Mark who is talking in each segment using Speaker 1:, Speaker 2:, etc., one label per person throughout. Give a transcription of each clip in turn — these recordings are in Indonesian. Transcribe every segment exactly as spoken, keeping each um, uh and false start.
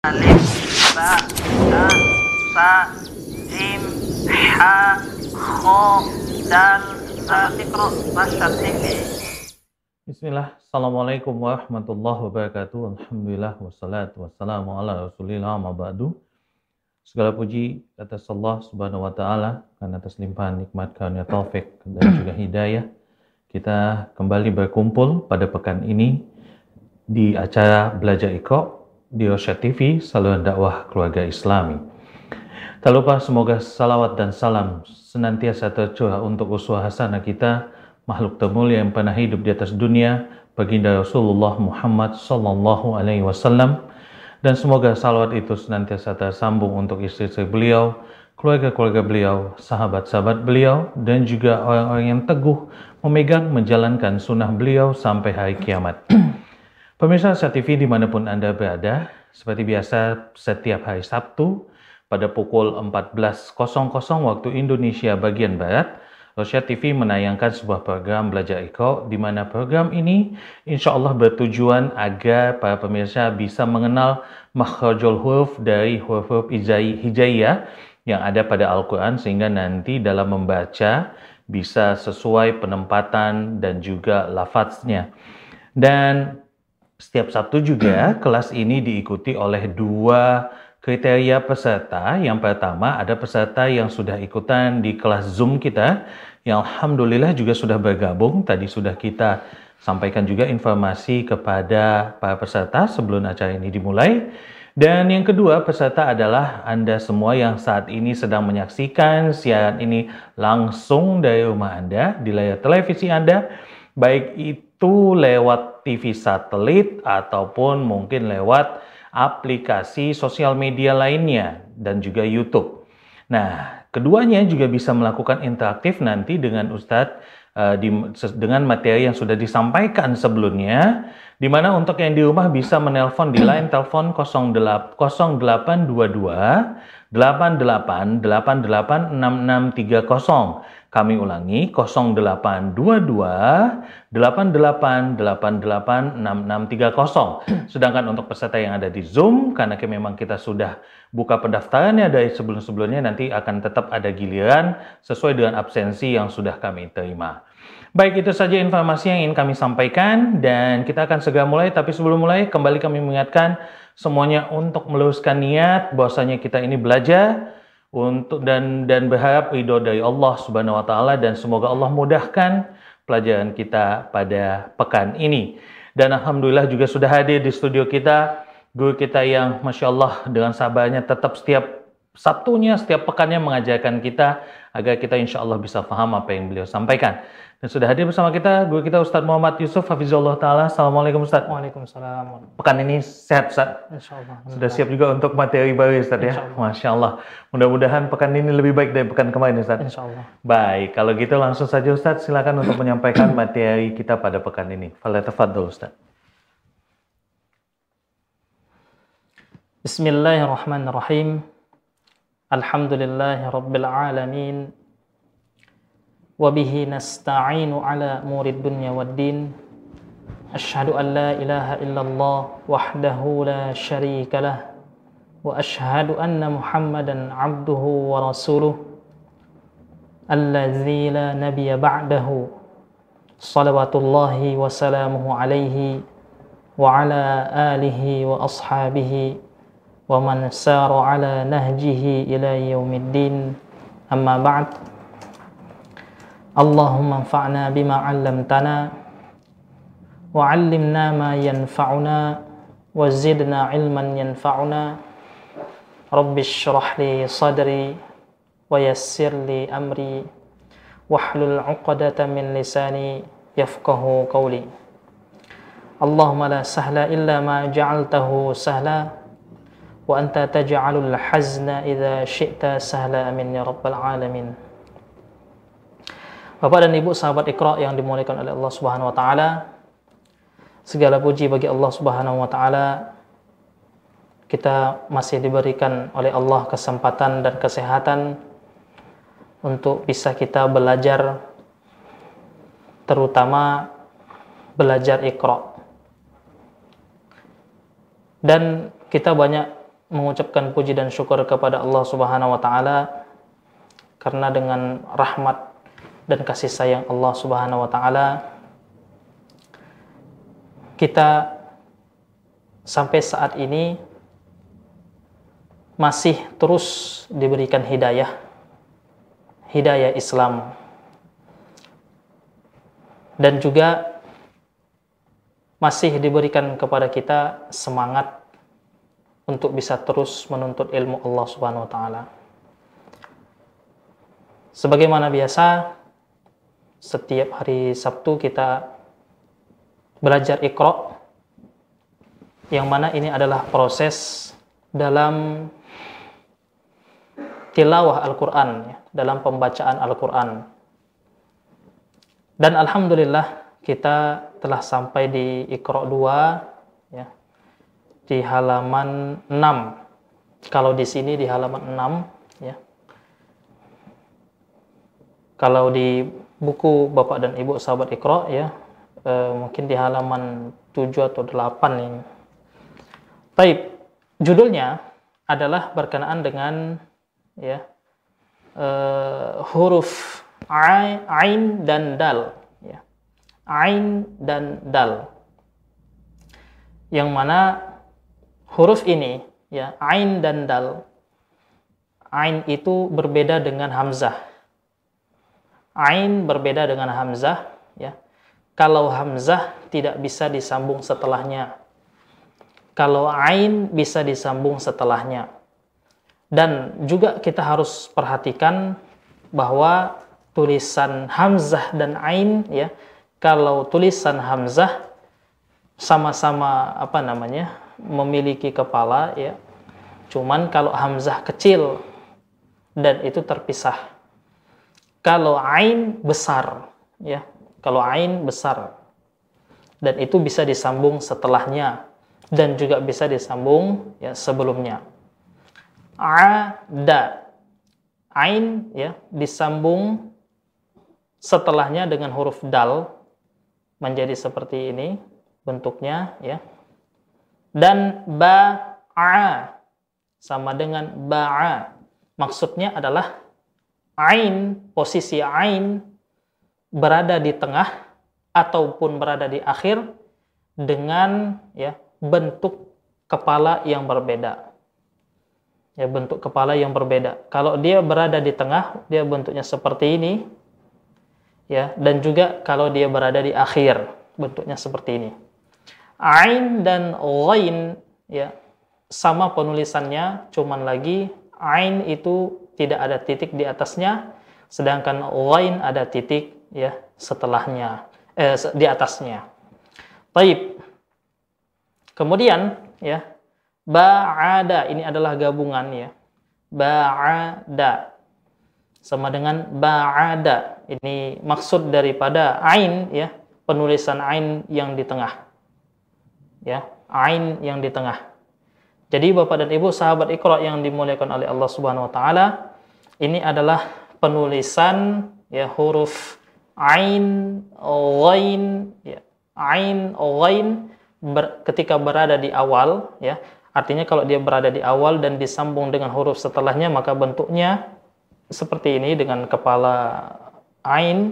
Speaker 1: Alif, Ba, Ta, Sa, Jim, Ha, Kho, Dal, Zal. Iqra, Rashad, English.
Speaker 2: Bismillah, Assalamualaikum warahmatullahi wabarakatuh. Alhamdulillah, wassalatu wassalamu ala rasulillah, amma ba'du. Segala puji atas Allah subhanahu wa ta'ala, karena atas limpahan nikmat karunia taufik dan juga hidayah. Kita kembali berkumpul pada pekan ini di acara Belajar Iqra di Rosyad T V, saluran dakwah keluarga Islami. Tak lupa semoga salawat dan salam senantiasa tercurah untuk uswah hasanah kita, makhluk termulia yang pernah hidup di atas dunia, baginda Rasulullah Muhammad sallallahu alaihi wasallam, dan semoga salawat itu senantiasa tersambung untuk istri-istri beliau, keluarga-keluarga beliau, sahabat-sahabat beliau, dan juga orang-orang yang teguh memegang menjalankan sunnah beliau sampai hari kiamat. Pemirsa Rosyad T V dimanapun Anda berada, seperti biasa setiap hari Sabtu pada pukul empat belas waktu Indonesia bagian Barat, Rosyad T V menayangkan sebuah program Belajar Iqra, di mana program ini insya Allah bertujuan agar para pemirsa bisa mengenal makhrajul huruf dari huruf-huruf hijaiyah yang ada pada Al-Quran, sehingga nanti dalam membaca bisa sesuai penempatan dan juga lafadznya. Dan setiap Sabtu juga kelas ini diikuti oleh dua kriteria peserta. Yang pertama ada peserta yang sudah ikutan di kelas Zoom kita, yang alhamdulillah juga sudah bergabung. Tadi sudah kita sampaikan juga informasi kepada para peserta sebelum acara ini dimulai. Dan yang kedua peserta adalah Anda semua yang saat ini sedang menyaksikan siaran ini langsung dari rumah Anda, di layar televisi Anda, baik itu lewat T V satelit ataupun mungkin lewat aplikasi sosial media lainnya dan juga YouTube. Nah, keduanya juga bisa melakukan interaktif nanti dengan Ustadz uh, di, dengan materi yang sudah disampaikan sebelumnya, di mana untuk yang di rumah bisa menelpon di line telepon nol delapan dua dua delapan delapan delapan delapan enam enam tiga nol. Kami ulangi, nol delapan dua dua delapan delapan delapan delapan enam enam tiga nol. Sedangkan untuk peserta yang ada di Zoom, karena memang kita sudah buka pendaftarannya dari sebelum-sebelumnya, nanti akan tetap ada giliran sesuai dengan absensi yang sudah kami terima. Baik, itu saja informasi yang ingin kami sampaikan, dan kita akan segera mulai. Tapi sebelum mulai, kembali kami mengingatkan semuanya untuk meluruskan niat bahwasanya kita ini belajar untuk dan dan berharap ridho dari Allah Subhanahu wa taala, dan semoga Allah mudahkan pelajaran kita pada pekan ini. Dan alhamdulillah juga sudah hadir di studio kita guru kita yang Masya Allah dengan sabarnya tetap setiap Sabtunya, setiap pekannya mengajarkan kita agar kita insya Allah bisa paham apa yang beliau sampaikan. Dan sudah hadir bersama kita guru kita Ustadz Muhammad Yusuf Hafizullah Ta'ala. Assalamualaikum Ustadz.
Speaker 3: Waalaikumsalam.
Speaker 2: Pekan ini sehat Ustadz?
Speaker 3: Insya Allah.
Speaker 2: Sudah siap juga untuk materi baru Ustadz ya? Masya Allah. Mudah-mudahan pekan ini lebih baik dari pekan kemarin Ustadz.
Speaker 3: Insya Allah.
Speaker 2: Baik, kalau gitu langsung saja Ustadz, silakan untuk menyampaikan materi kita pada pekan ini. Falyatafaddal Ustadz.
Speaker 3: Bismillahirrahmanirrahim. Alhamdulillahi Rabbil Alamin. Wabihi nasta'inu ala murid dunya waddin. Ashhadu an la ilaha illallah wahdahu la sharika lah. Wa ashhadu anna Muhammadan abduhu wa rasuluh. Alladzi la nabiyya ba'dahu. Salawatullahi wa salamuhu alaihi wa ala alihi wa ashabihi wa man sara ala nahjihi ila yaumiddin. Amma ba'd. Allahumma anfa'na bima 'allamtana wa 'allimna ma yanfa'una wa zidna 'ilman yanfa'una. Rabbi shrah li sadri wa yassir li amri wahlul 'uqdatam min lisani yafqahu qawli. Allahumma la sahla illa ma ja'altahu sahla wa anta taj'alul hazna idza syi'ta sahla, amin ya rabbal alamin. Bapak dan Ibu sahabat Iqra yang dimuliakan oleh Allah Subhanahu wa taala, segala puji bagi Allah Subhanahu wa taala. Kita masih diberikan oleh Allah kesempatan dan kesehatan untuk bisa kita belajar, terutama belajar Iqra. Dan kita banyak mengucapkan puji dan syukur kepada Allah Subhanahu wa taala, karena dengan rahmat dan kasih sayang Allah Subhanahu wa taala kita sampai saat ini masih terus diberikan hidayah, hidayah Islam, dan juga masih diberikan kepada kita semangat untuk bisa terus menuntut ilmu Allah Subhanahu wa taala. Sebagaimana biasa, setiap hari Sabtu kita belajar Iqra, yang mana ini adalah proses dalam tilawah Al-Quran, ya, dalam pembacaan Al-Quran. Dan alhamdulillah kita telah sampai di Iqra dua, ya, di halaman enam. Kalau di sini di halaman enam, ya. Kalau di buku Bapak dan Ibu sahabat Iqra, ya, eh, mungkin di halaman tujuh atau delapan ini. Baik, judulnya adalah berkenaan dengan, ya, uh, huruf ain dan dal, ya. Ain dan dal. Yang mana huruf ini, ya, ain dan dal. Ain itu berbeda dengan hamzah. Ain berbeda dengan hamzah, ya. Kalau hamzah tidak bisa disambung setelahnya. Kalau ain bisa disambung setelahnya. Dan juga kita harus perhatikan bahwa tulisan hamzah dan ain, ya, kalau tulisan hamzah sama-sama apa namanya memiliki kepala, ya. Cuman kalau hamzah kecil dan itu terpisah. Kalau ain besar, ya. Kalau ain besar dan itu bisa disambung setelahnya. Dan juga bisa disambung, ya, sebelumnya. Ada, ain, ya, disambung setelahnya dengan huruf dal, menjadi seperti ini bentuknya, ya. Dan ba'a sama dengan ba'a. Maksudnya adalah ain, posisi ain berada di tengah ataupun berada di akhir dengan, ya, bentuk kepala yang berbeda. Ya, bentuk kepala yang berbeda. Kalau dia berada di tengah, dia bentuknya seperti ini. Ya, dan juga kalau dia berada di akhir, bentuknya seperti ini. Ain dan ghain, ya, sama penulisannya, cuman lagi ain itu tidak ada titik di atasnya, sedangkan ghain ada titik, ya, setelahnya, eh, di atasnya. Baik. Kemudian, ya, ba'ada, ini adalah gabungan, ya. Ba'ada sama dengan ba'ada. Ini maksud daripada ain, ya, penulisan ain yang di tengah. Ya, ain yang di tengah. Jadi Bapak dan Ibu sahabat Iqra yang dimuliakan oleh Allah Subhanahu wa taala, ini adalah penulisan, ya, huruf ain, ghain, ya. Ain, ghain Ber, ketika berada di awal, ya, artinya kalau dia berada di awal dan disambung dengan huruf setelahnya, maka bentuknya seperti ini dengan kepala ain.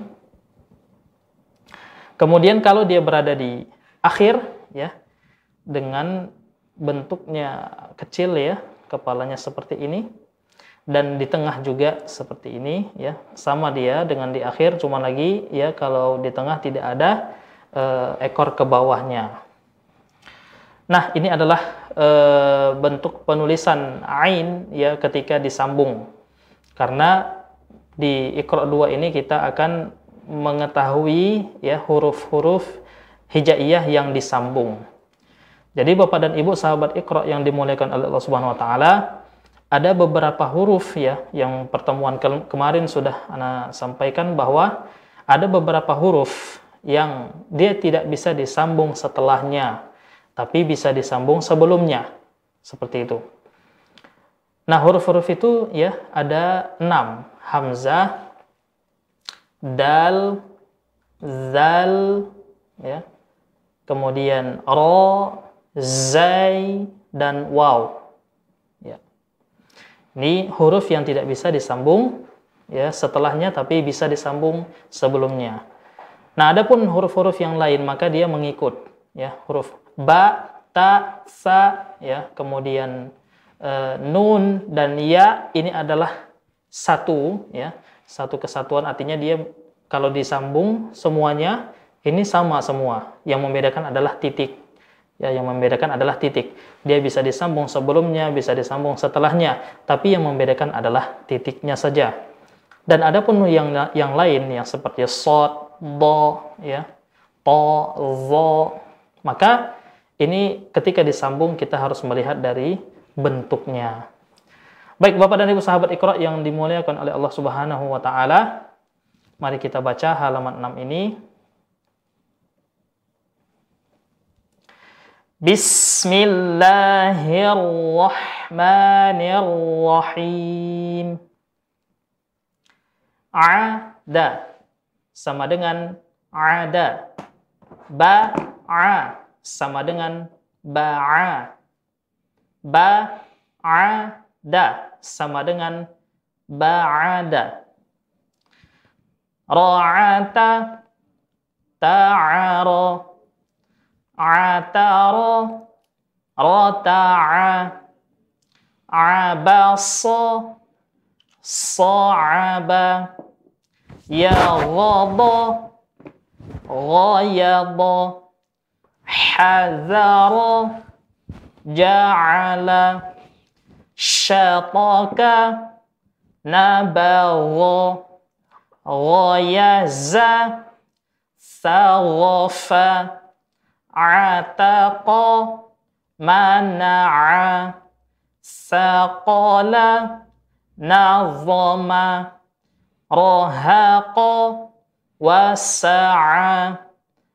Speaker 3: Kemudian kalau dia berada di akhir, ya, dengan bentuknya kecil, ya, kepalanya seperti ini, dan di tengah juga seperti ini, ya, sama dia dengan di akhir, cuma lagi, ya, kalau di tengah tidak ada uh, ekor ke bawahnya. Nah, ini adalah e, bentuk penulisan ain, ya, ketika disambung. Karena di Iqra dua ini kita akan mengetahui, ya, huruf-huruf hijaiyah yang disambung. Jadi Bapak dan Ibu sahabat Iqra yang dimuliakan oleh Allah Subhanahu wa taala, ada beberapa huruf, ya, yang pertemuan ke kemarin sudah Ana sampaikan bahwa ada beberapa huruf yang dia tidak bisa disambung setelahnya, tapi bisa disambung sebelumnya, seperti itu. Nah, huruf-huruf itu, ya, ada enam. Hamzah, dal, zal, ya, kemudian ro, zai, dan waw. Ini huruf yang tidak bisa disambung ya setelahnya, tapi bisa disambung sebelumnya. Nah, adapun huruf-huruf yang lain maka dia mengikut ya, huruf ba, ta, sa ya, kemudian e, nun dan ya ini adalah satu ya, satu kesatuan, artinya dia kalau disambung semuanya ini sama semua. Yang membedakan adalah titik. Ya, yang membedakan adalah titik. Dia bisa disambung sebelumnya, bisa disambung setelahnya, tapi yang membedakan adalah titiknya saja. Dan adapun yang yang lain yang seperti shad, do, ya, to, zo, maka ini ketika disambung kita harus melihat dari bentuknya. Baik Bapak dan Ibu sahabat Iqra yang dimuliakan oleh Allah Subhanahu wa taala, mari kita baca halaman enam ini. Bismillahirrahmanirrahim. Ada sama dengan ada. Ba'a sama dengan ba'a. Ba'ada sama dengan ba'ada. Ra'ata ta'ara. Atara, rata'a, abasa, sa'aba, yaghada, ghayada, hazara, ja'ala, syataka, nabagha, ghayaza, saghafa, ataqa, mana'a, saqala, nazama, rahaqa, wasa'a,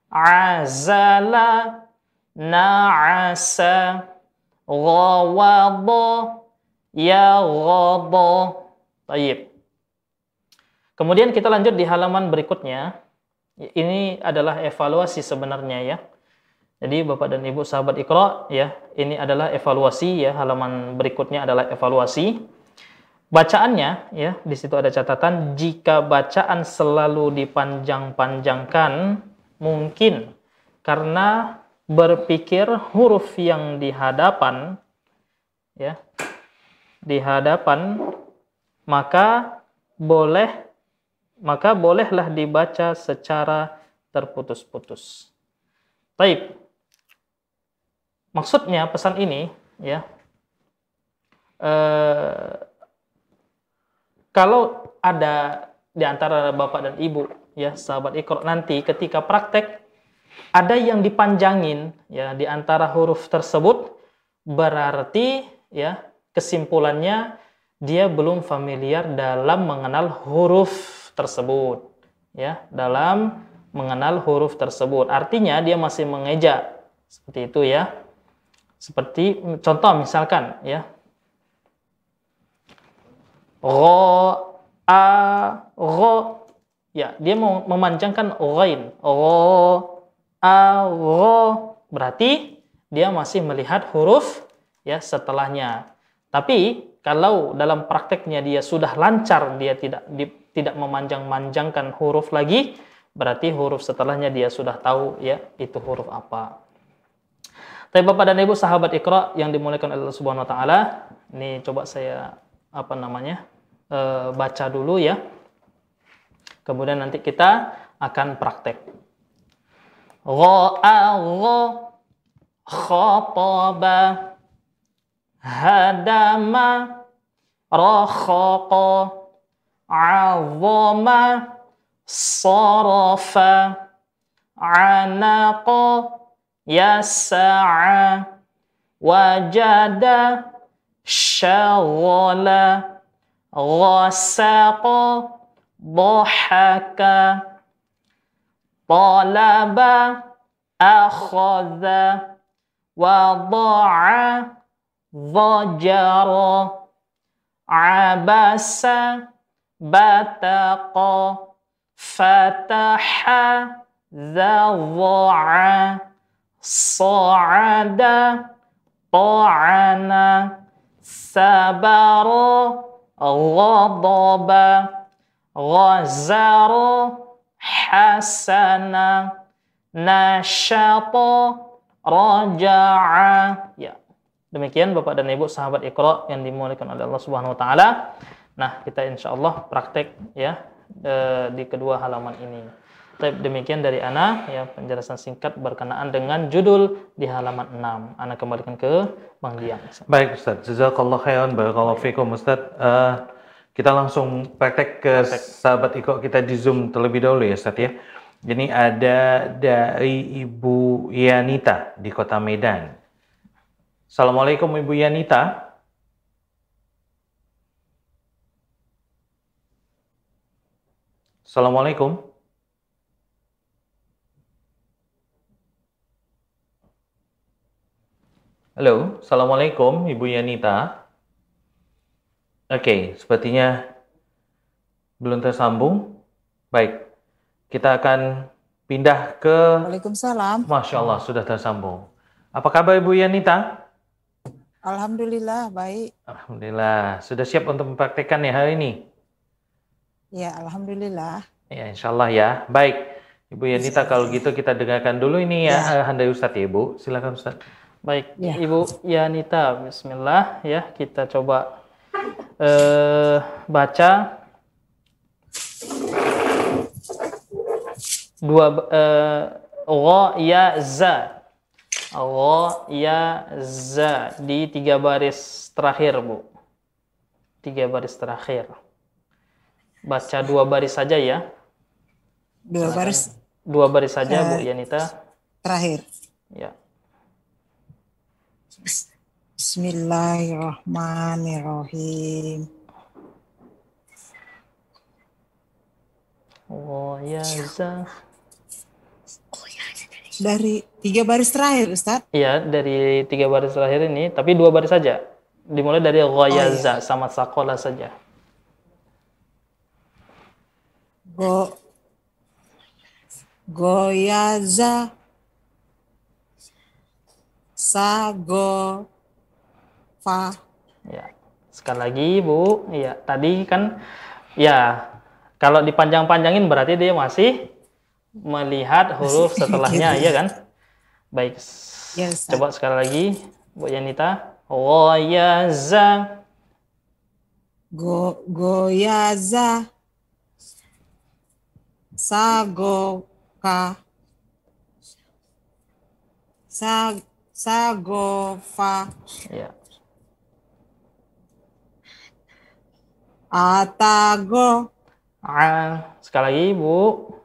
Speaker 3: azala, na'asa, ghawada, yaghada. Baik. Kemudian kita lanjut di halaman berikutnya. Ini adalah evaluasi sebenarnya ya. Jadi Bapak dan Ibu sahabat Iqra ya, ini adalah evaluasi ya, halaman berikutnya adalah evaluasi. Bacaannya ya, di situ ada catatan jika bacaan selalu dipanjang-panjangkan mungkin karena berpikir huruf yang di hadapan ya, di hadapan maka boleh maka bolehlah dibaca secara terputus-putus. Baik. Maksudnya pesan ini ya, eh, kalau ada di antara Bapak dan Ibu ya sahabat Iqra nanti ketika praktek ada yang dipanjangin ya di antara huruf tersebut, berarti ya kesimpulannya dia belum familiar dalam mengenal huruf tersebut ya, dalam mengenal huruf tersebut. Artinya dia masih mengeja seperti itu ya. Seperti contoh misalkan ya, ro, a, ro, ya dia mau memanjangkan ghain, ro, a, ro, berarti dia masih melihat huruf ya setelahnya. Tapi kalau dalam prakteknya dia sudah lancar, dia tidak di, tidak memanjang-manjangkan huruf lagi, berarti huruf setelahnya dia sudah tahu ya itu huruf apa. Tapi Bapak dan Ibu sahabat Iqra yang dimuliakan oleh Allah Subhanahu wa taala, ini coba saya apa namanya? E, baca dulu ya. Kemudian nanti kita akan praktek. Gha'a, khataba, hadama, rakhaqa, 'azama, sarafa, 'anaqa, yasa'a, wajada, syaghala, ghasaqa, dhahaka, talaba, akhadha, wada'a, dhajara, abasa, bataqa, fataha, dhadha'a, sa'ada, ta'ana, sabaro, ghadaba, ghazaro, hasana, nasyata, raja'a. Ya. Demikian Bapak dan Ibu sahabat Iqra yang dimuliakan oleh Allah Subhanahu wa taala. Nah, kita insyaallah praktek ya e, di kedua halaman ini. Baik, demikian dari ana ya penjelasan singkat berkenaan dengan judul di halaman enam. Ana kembalikan ke Bang Dian.
Speaker 2: Baik Ustaz, jazakallahu khairan, barakallahu fikum Ustaz. Uh, kita langsung praktek ke praktek. Sahabat Iqra kita di Zoom terlebih dahulu ya Ustaz ya. Ini ada dari Ibu Yanita di Kota Medan. Assalamualaikum Ibu Yanita. Assalamualaikum. Halo, Assalamualaikum Ibu Yanita. Oke, sepertinya belum tersambung. Baik, kita akan pindah ke...
Speaker 4: Waalaikumsalam.
Speaker 2: Masya Allah, sudah tersambung. Apa kabar Ibu Yanita?
Speaker 4: Alhamdulillah, baik.
Speaker 2: Alhamdulillah. Sudah siap untuk mempraktekkan ya hari ini?
Speaker 4: Ya, Alhamdulillah.
Speaker 2: Ya, insya Allah ya. Baik. Ibu Yanita, kalau gitu kita dengarkan dulu ini ya, ya. Handai Ustadz ya Ibu. Silakan Ustadz.
Speaker 3: Baik, ya. Ibu Yanita, bismillah ya. Kita coba eh, baca dua eh, gha, ya, za. Gha, ya, za di tiga baris terakhir, Bu. Tiga baris terakhir. Baca dua baris saja ya.
Speaker 4: Dua baris.
Speaker 3: Dua baris saja,
Speaker 4: uh,
Speaker 3: Bu Yanita.
Speaker 4: Terakhir.
Speaker 3: Ya.
Speaker 4: Bismillahirrahmanirrahim.
Speaker 3: Oh ya, za.
Speaker 4: Dari tiga baris terakhir, Ustaz?
Speaker 3: Iya, dari tiga baris terakhir ini, tapi dua baris saja. Dimulai dari ghayaza, oh, iya. Sama sakola saja.
Speaker 4: Go, goyaza, sago, fa.
Speaker 3: Ya, sekali lagi Bu. Iya, tadi kan, ya, kalau dipanjang-panjangin berarti dia masih melihat huruf setelahnya, ya kan? Baik,
Speaker 4: yes,
Speaker 3: coba sekali lagi, Bu Yanita. Ghayaza.
Speaker 4: Go, goyaza. Sagoka. Sa, sagofa.
Speaker 3: Ya.
Speaker 4: Atago.
Speaker 3: A. Sekali lagi, Bu.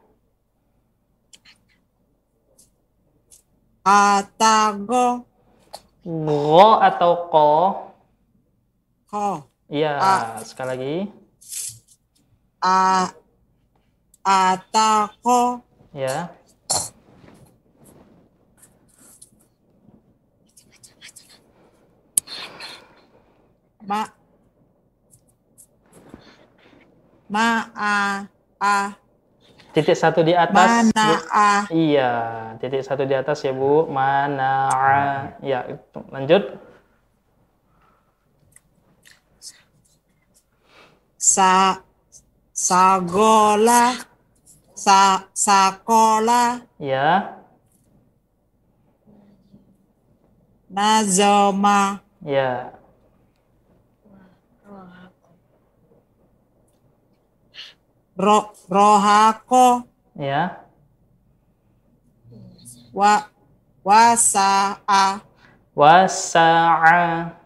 Speaker 4: Atago.
Speaker 3: Go atau ko?
Speaker 4: Ko.
Speaker 3: Iya, sekali lagi.
Speaker 4: A. Atako.
Speaker 3: Ya.
Speaker 4: Ma. Ma. A. A.
Speaker 3: Titik satu di atas.
Speaker 4: Mana a.
Speaker 3: Iya, titik satu di atas ya Bu. Mana a. Ya, lanjut.
Speaker 4: Sa. Sagola. Sa. Sakola.
Speaker 3: Ya.
Speaker 4: Nazoma.
Speaker 3: Ya.
Speaker 4: Ro, rohako.
Speaker 3: Ya.
Speaker 4: Wa, wasa'a.
Speaker 3: Wasa'a.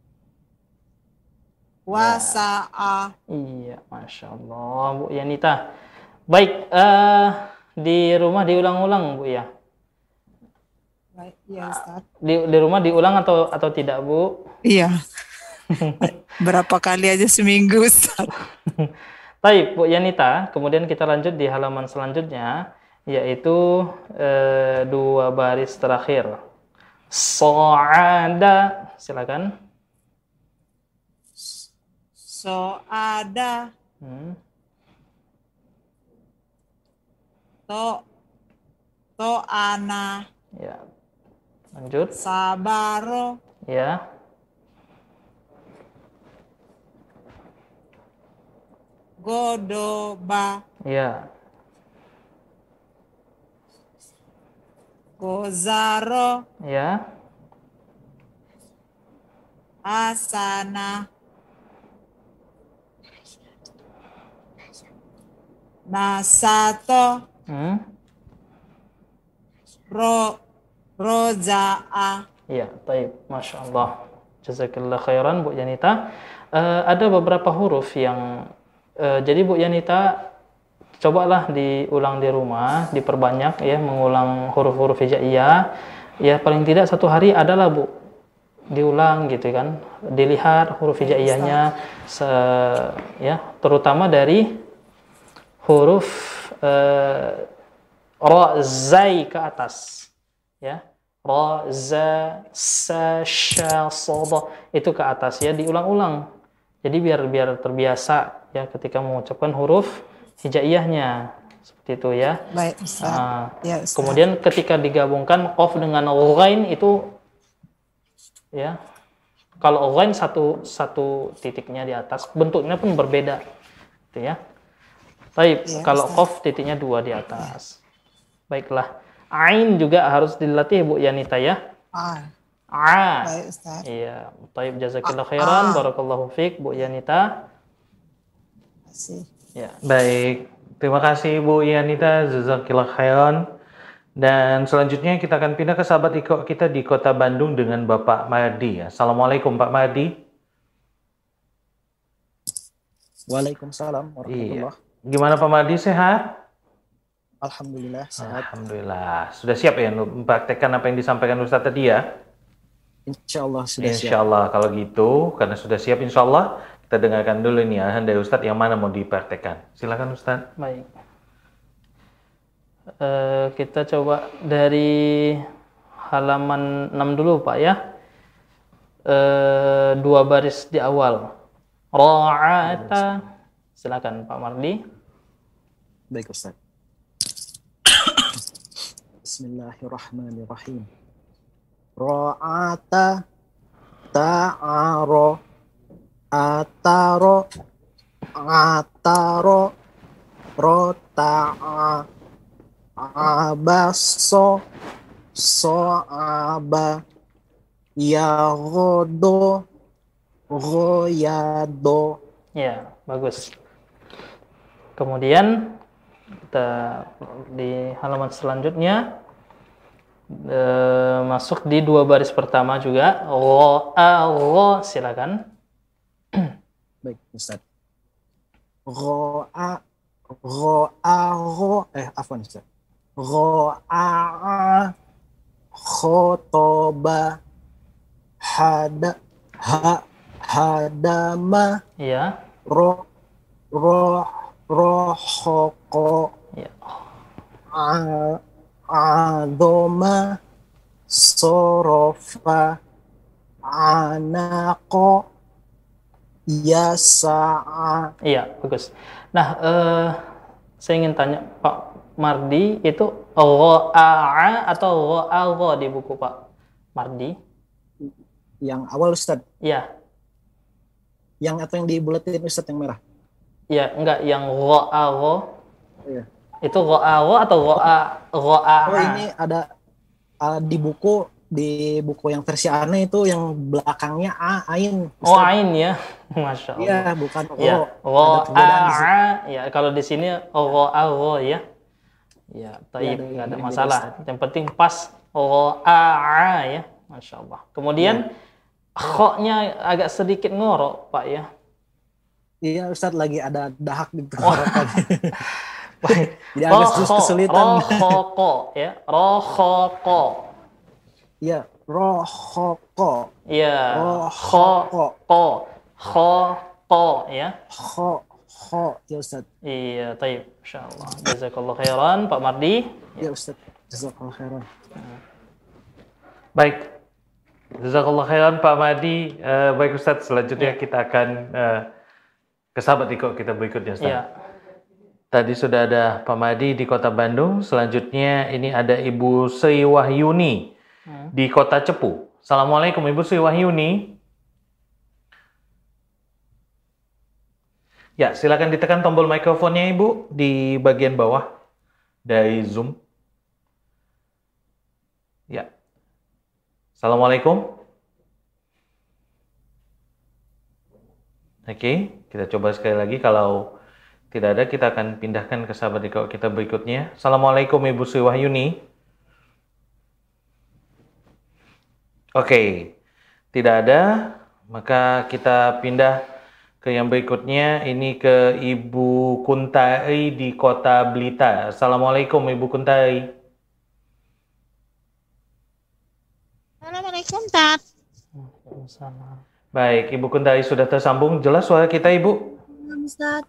Speaker 4: Wasa'a.
Speaker 3: Iya, Masya Allah Bu Yanita. Baik, uh, di rumah diulang-ulang Bu ya?
Speaker 4: Baik, ya Ustaz.
Speaker 3: Di, di rumah diulang atau atau tidak Bu?
Speaker 4: Iya. Berapa kali aja seminggu Ustaz.
Speaker 3: Baik, Bu Yanita, kemudian kita lanjut di halaman selanjutnya, yaitu eh, dua baris terakhir. So'ada, silakan.
Speaker 4: So'ada.
Speaker 3: Hmm.
Speaker 4: To, to ana.
Speaker 3: Ya, lanjut.
Speaker 4: Sabaro.
Speaker 3: Ya.
Speaker 4: Godoba.
Speaker 3: Ya.
Speaker 4: Gozaro.
Speaker 3: Ya.
Speaker 4: Asana. Nasato.
Speaker 3: Hmm.
Speaker 4: Ro. Roza'a.
Speaker 3: Ya, baik. Masya Allah. Jazakallah khairan Bu Yanita. Uh, ada beberapa huruf yang uh, jadi Bu Yanita cobalah diulang di rumah, diperbanyak ya, mengulang huruf-huruf hijaiyah. Ya paling tidak satu hari adalah Bu diulang gitu kan, dilihat huruf hijaiyahnya se ya, terutama dari huruf uh, ra zai ke atas ya, ra za sa sha sada itu ke atas ya, diulang-ulang. Jadi biar biar terbiasa ya ketika mengucapkan huruf hijaiyahnya seperti itu ya.
Speaker 4: Baik, Ustaz.
Speaker 3: Uh,
Speaker 4: Ya, Ustaz.
Speaker 3: kemudian ketika digabungkan qaf dengan ghain itu ya, kalau ghain satu satu titiknya di atas, bentuknya pun berbeda gitu ya. Baik,
Speaker 4: Ya,
Speaker 3: kalau
Speaker 4: Ustaz.
Speaker 3: qaf titiknya dua di atas. Baiklah. Ain juga harus dilatih Bu Yanita ya.
Speaker 4: Ah,
Speaker 3: A.
Speaker 4: baik, Ustaz.
Speaker 3: Iya, baik, jazakillah khairan,
Speaker 4: Ah.
Speaker 3: barakallahu fiik Bu Yanita.
Speaker 4: Masih.
Speaker 3: Ya.
Speaker 2: Baik, terima kasih Bu Yanita, jazakillah khairan. Dan selanjutnya kita akan pindah ke sahabat Iko kita di Kota Bandung dengan Bapak Mardi. Assalamualaikum Pak Mardi.
Speaker 5: Waalaikumsalam
Speaker 2: Iya.
Speaker 5: warahmatullah.
Speaker 2: Gimana Pak Mardi, sehat?
Speaker 5: Alhamdulillah sehat.
Speaker 2: Alhamdulillah. Sudah siap ya mempraktekkan apa yang disampaikan Ustaz tadi ya?
Speaker 5: Insya Allah sudah siap.
Speaker 2: Insya Allah kalau gitu, karena sudah siap insya Allah, kita dengarkan dulu nih arahan dari Ustadz yang mana mau dipraktekkan. Silakan Ustadz.
Speaker 3: Baik. Eh, kita coba dari halaman enam dulu Pak ya. Eh, dua baris di awal. Ra'ata. Silakan Pak Mardi.
Speaker 5: Baik Ustaz. Bismillahirrahmanirrahim. Ra'ata ta'aro ataro ataro rota'a abaso so'aba yagodo goyado.
Speaker 3: Ya, bagus. Kemudian kita di halaman selanjutnya eh, masuk di dua baris pertama juga. Ro a ro, silakan.
Speaker 5: Baik, Ustaz. Ro'a, ro'a, ro, eh, afwan, Ustaz. Ro'a, khotoba, hada, ha, hadama,
Speaker 3: Ya,
Speaker 5: ro, ro, rohoko,
Speaker 3: ya.
Speaker 5: a, adoma, sorofa, anako, yasa'a.
Speaker 3: Iya, bagus. Nah, eh, saya ingin tanya Pak Mardi, itu ro'a atau ro'a di buku Pak Mardi?
Speaker 5: Yang awal Ustaz,
Speaker 3: Iya,
Speaker 5: yang atau yang dibulatin Ustaz yang merah?
Speaker 3: iya, enggak, yang ro'a
Speaker 5: Iya.
Speaker 3: itu ro'a atau ro'a ro'a?
Speaker 5: Oh ini ada uh, di buku di buku yang versi aneh itu yang belakangnya a ain.
Speaker 3: Oh,
Speaker 5: Ustaz.
Speaker 3: ain ya. Masya Allah.
Speaker 5: Iya bukan o.
Speaker 3: Ya,
Speaker 5: Ada perbedaan di situ.
Speaker 3: ro'a. Ya, kalau di sini ro'a ya. Ya, taib,
Speaker 5: ada-
Speaker 3: nggak ada
Speaker 5: ada
Speaker 3: masalah.
Speaker 5: beda,
Speaker 3: Yang penting pas ro'a ya. Masya Allah. Kemudian kho-nya agak sedikit ngorok, Pak ya.
Speaker 5: Iya Ustaz lagi ada dahak di
Speaker 3: Oh.
Speaker 5: tenggorokan.
Speaker 3: Baik.
Speaker 5: Jadi agak
Speaker 3: Roho-
Speaker 5: kesulitan.
Speaker 3: rohoko ya. Rohoko.
Speaker 5: Iya rohoko
Speaker 3: Iya.
Speaker 5: Rohoko.
Speaker 3: Kho. Kho. Ya.
Speaker 5: ho ho ya Ustaz.
Speaker 3: Iya, taib. Masya Allah. Jazakallah khairan, Pak Mardi.
Speaker 5: Ya Ustaz. Jazakallah khairan.
Speaker 2: Baik. Jazakallah khairan Pak Mardi. Eh, baik Ustadz, selanjutnya kita akan eh, ke sahabat Iko kita berikutnya Ustadz.
Speaker 3: Iya.
Speaker 2: Tadi sudah ada Pak Mardi di Kota Bandung. Selanjutnya ini ada Ibu Sri Wahyuni di Kota Cepu. Assalamualaikum Ibu Sri Wahyuni. Ya, silakan ditekan tombol mikrofonnya Ibu di bagian bawah dari Zoom. Ya. Assalamualaikum. Oke, kita coba sekali lagi. Kalau tidak ada, kita akan pindahkan ke sahabat dikau kita berikutnya. Assalamualaikum Ibu Sri Wahyuni. Oke, tidak ada, maka kita pindah ke yang berikutnya. Ini ke Ibu Kuntari di Kota Blitar. Assalamualaikum Ibu Kuntari.
Speaker 6: Assalamualaikum, Tat.
Speaker 3: Waalaikumsalam.
Speaker 2: Baik, Ibu Kuntari sudah tersambung. Jelas suara kita, Ibu?
Speaker 6: Ustaz.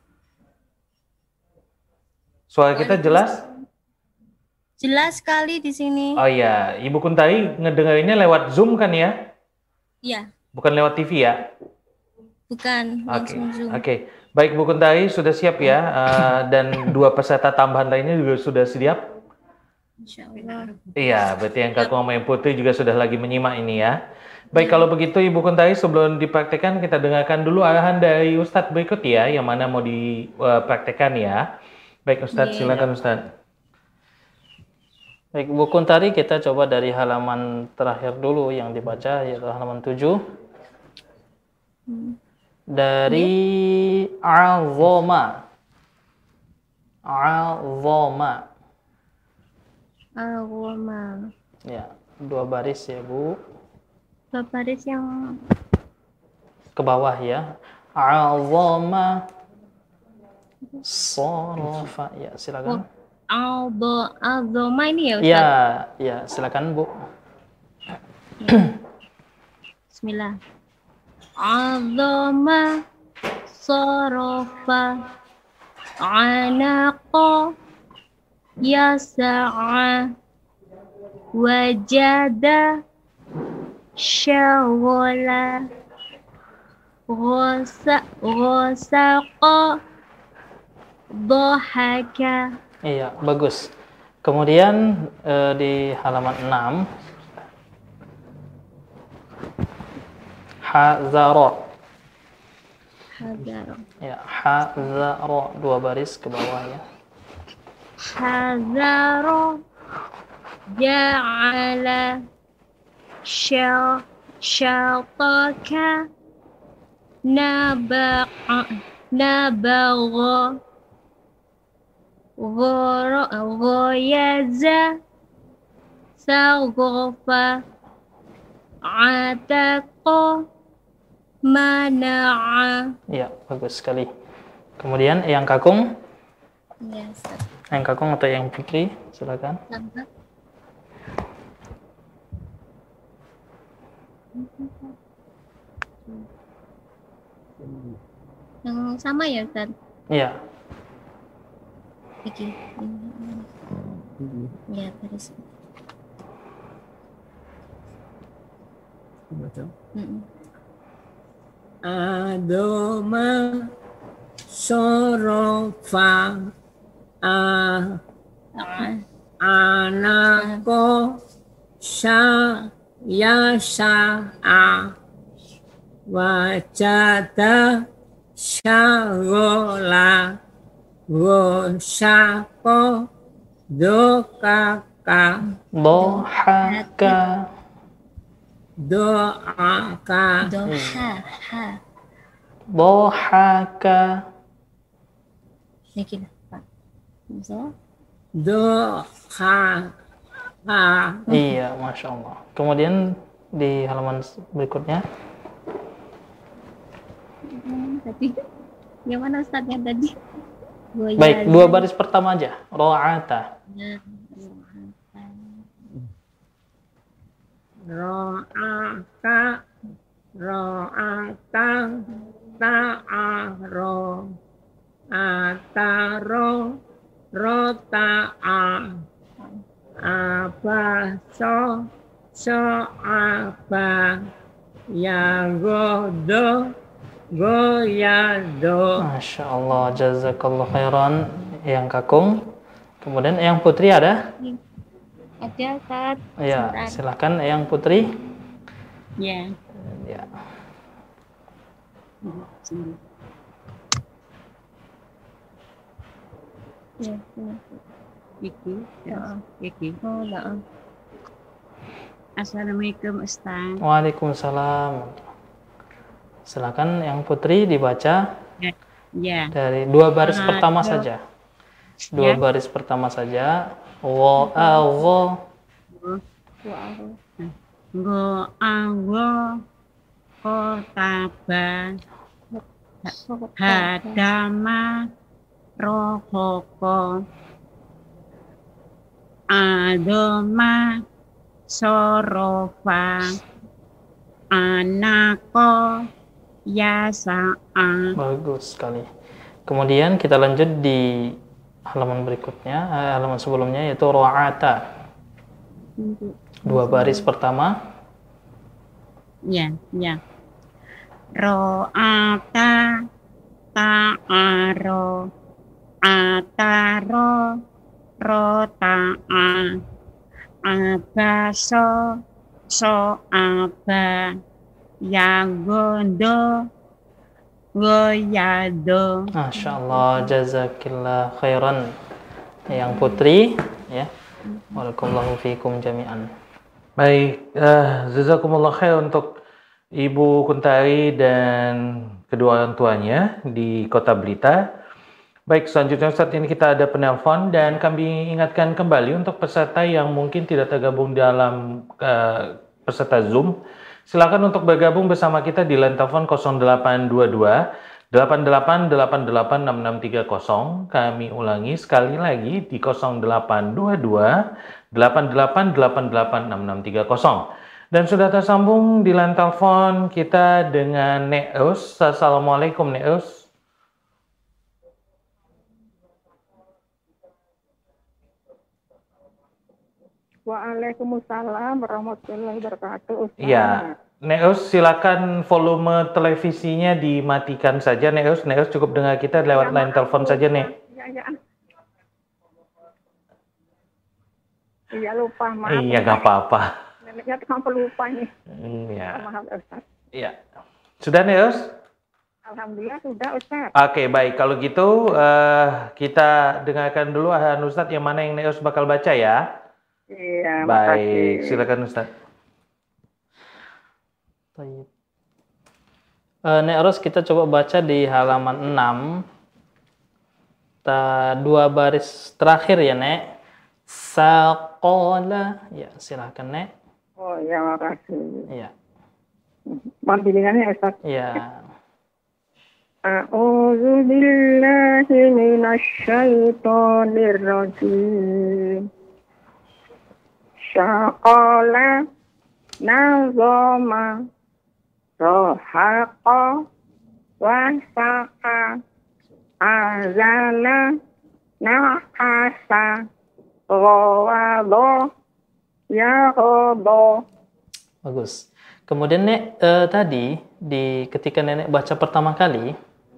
Speaker 2: Suara kita jelas?
Speaker 6: Jelas sekali di sini.
Speaker 2: Oh iya, Ibu Kuntari ngedengerinnya lewat Zoom kan ya?
Speaker 6: Iya,
Speaker 2: Bukan lewat T V ya?
Speaker 6: bukan
Speaker 2: Oke,
Speaker 6: langsung Zoom.
Speaker 2: oke. Baik Bu Kuntari sudah siap ya, uh, dan dua peserta tambahan lainnya juga sudah siap.
Speaker 6: Insya Allah.
Speaker 2: Iya, berarti yang Kakung sama yang Putri juga sudah lagi menyimak ini ya. Baik, kalau begitu Ibu Kuntari sebelum dipraktekkan kita dengarkan dulu arahan dari Ustadz berikut ya, yang mana mau dipraktekkan ya. Baik Ustadz,
Speaker 6: Iya.
Speaker 2: silakan Ustadz.
Speaker 3: Baik, Bu Kuntari kita coba dari halaman terakhir dulu yang dibaca, yaitu halaman tujuh. Dari azoma. Azoma.
Speaker 6: Al-Wama.
Speaker 3: Ya, dua baris ya, Bu.
Speaker 6: Baris yang
Speaker 3: Ke bawah ya. Azoma. Sorofa. Ya, silakan.
Speaker 6: Aldo Aldoma ini ya Ustaz?
Speaker 3: Ya, ya, silakan Bu.
Speaker 6: Bismillah. Aldoma sorofa anaqo yasa'a wajada syawala ghosa ghosaqa dohaka.
Speaker 3: Iya, bagus. Kemudian eh, di halaman enam, hazaro.
Speaker 6: Hazaro.
Speaker 3: Ya, hazaro, dua baris ke bawah ya.
Speaker 6: Hazaro ja'ala syal syaltaka naba'a nabagha ghara ghayaza saghfa ataqa mana'a.
Speaker 3: Iya, bagus sekali. Kemudian yang Kakung,
Speaker 6: Ya, Ustaz.
Speaker 3: yang Kakung atau yang Putri, silakan.
Speaker 6: Nampak? Yang sama ya Ustaz?
Speaker 3: Iya,
Speaker 6: Iki. Ya, terus. Mm-mm.
Speaker 5: Adoma sorofa a
Speaker 6: Ah,
Speaker 5: anako sya yasa a wajada syagola gosako dokaka
Speaker 3: dohaka.
Speaker 5: doaka
Speaker 6: doha, ha.
Speaker 3: Dohaka.
Speaker 6: Niki lah, Pak. So,
Speaker 5: doha
Speaker 3: Iya, Masya Allah. Kemudian di halaman berikutnya,
Speaker 6: hmm, tadi yang mana Ustaz yang tadi?
Speaker 3: baik, dua baris pertama aja. Ro'ata.
Speaker 5: ro'aka ro'aka ta'aro ataro rota'a abaso so'aba yagodo goyado.
Speaker 3: Masya Allah, jazakallah khairan yang Kakung. Kemudian yang Putri ada?
Speaker 6: Ada Ustaz.
Speaker 3: Ya,
Speaker 6: Sebentar.
Speaker 3: silakan yang Putri.
Speaker 6: Ya.
Speaker 3: Ya.
Speaker 6: Ya, ya. Iki, ya. Iki. Oh, ya. Assalamualaikum Ustaz.
Speaker 3: Waalaikumsalam. Silakan yang Putri dibaca
Speaker 6: Ya. Ya.
Speaker 3: dari dua baris
Speaker 6: Ah,
Speaker 3: pertama
Speaker 6: do-
Speaker 3: saja. Dua
Speaker 6: Ya.
Speaker 3: baris pertama saja. Wa awo.
Speaker 6: Wow. Go awo kotaba hadama rohoko adoma sorofa anako yasa'a.
Speaker 3: Bagus sekali. Kemudian kita lanjut di halaman berikutnya, eh, halaman sebelumnya yaitu ro'ata. Dua baris pertama.
Speaker 6: Ya, ya. Ro'ata ta'aro ataro rota'a abaso so aba yagondo goyado.
Speaker 3: Masya Allah, jazakillah khairan. Yang Putri, ya. Waalaikumsalam fiikum jami'an.
Speaker 2: Baik, uh, jazakumullah khair untuk Ibu Kuntari dan kedua orang tuanya di Kota Blitar. Baik, selanjutnya saat ini kita ada penelpon dan kami ingatkan kembali untuk peserta yang mungkin tidak tergabung dalam uh, peserta Zoom. Silakan untuk bergabung bersama kita di line telepon nol delapan dua dua delapan delapan delapan delapan enam enam tiga nol. Kami ulangi sekali lagi di nol delapan dua dua delapan delapan delapan delapan enam enam tiga nol. Dan sudah tersambung di line telepon kita dengan Nek Eus. Assalamualaikum Nek Eus.
Speaker 7: Waalaikumsalam warahmatullahi wabarakatuh. Ustaz.
Speaker 2: Iya, Neus silakan volume televisinya dimatikan saja. Neus, Neus cukup dengar kita lewat
Speaker 7: Ya,
Speaker 2: line
Speaker 7: maaf,
Speaker 2: telepon saja, Nek.
Speaker 7: Iya, iya. Iya lupa, maaf.
Speaker 2: Iya, nggak apa-apa.
Speaker 7: Neneknya tukang pelupa nih.
Speaker 2: Iya,
Speaker 7: Maaf Ustaz.
Speaker 2: iya. Sudah, Neus?
Speaker 7: Alhamdulillah sudah Ustaz.
Speaker 2: Oke, baik. Kalau gitu eh, kita dengarkan dulu Ahan Ustadz yang mana yang Neus bakal baca ya.
Speaker 7: Iya,
Speaker 2: Baik,
Speaker 7: makasih.
Speaker 2: silakan Ustadz.
Speaker 3: Baik. Uh, Nek Ros, kita coba baca di halaman enam. Ta, dua baris terakhir ya, Nek. Saqala. Ya, silahkan, Nek.
Speaker 7: Oh iya, makasih.
Speaker 3: Iya.
Speaker 7: Mohon bimbingannya Ustaz.
Speaker 3: Iya.
Speaker 7: A'udzu billahi minasyaitonir rajim. Syaqala nazama rohaqa wasaqa azala nahasa rawado yahodo.
Speaker 3: Bagus. Kemudian Nek, eh, tadi di ketika Nenek baca pertama kali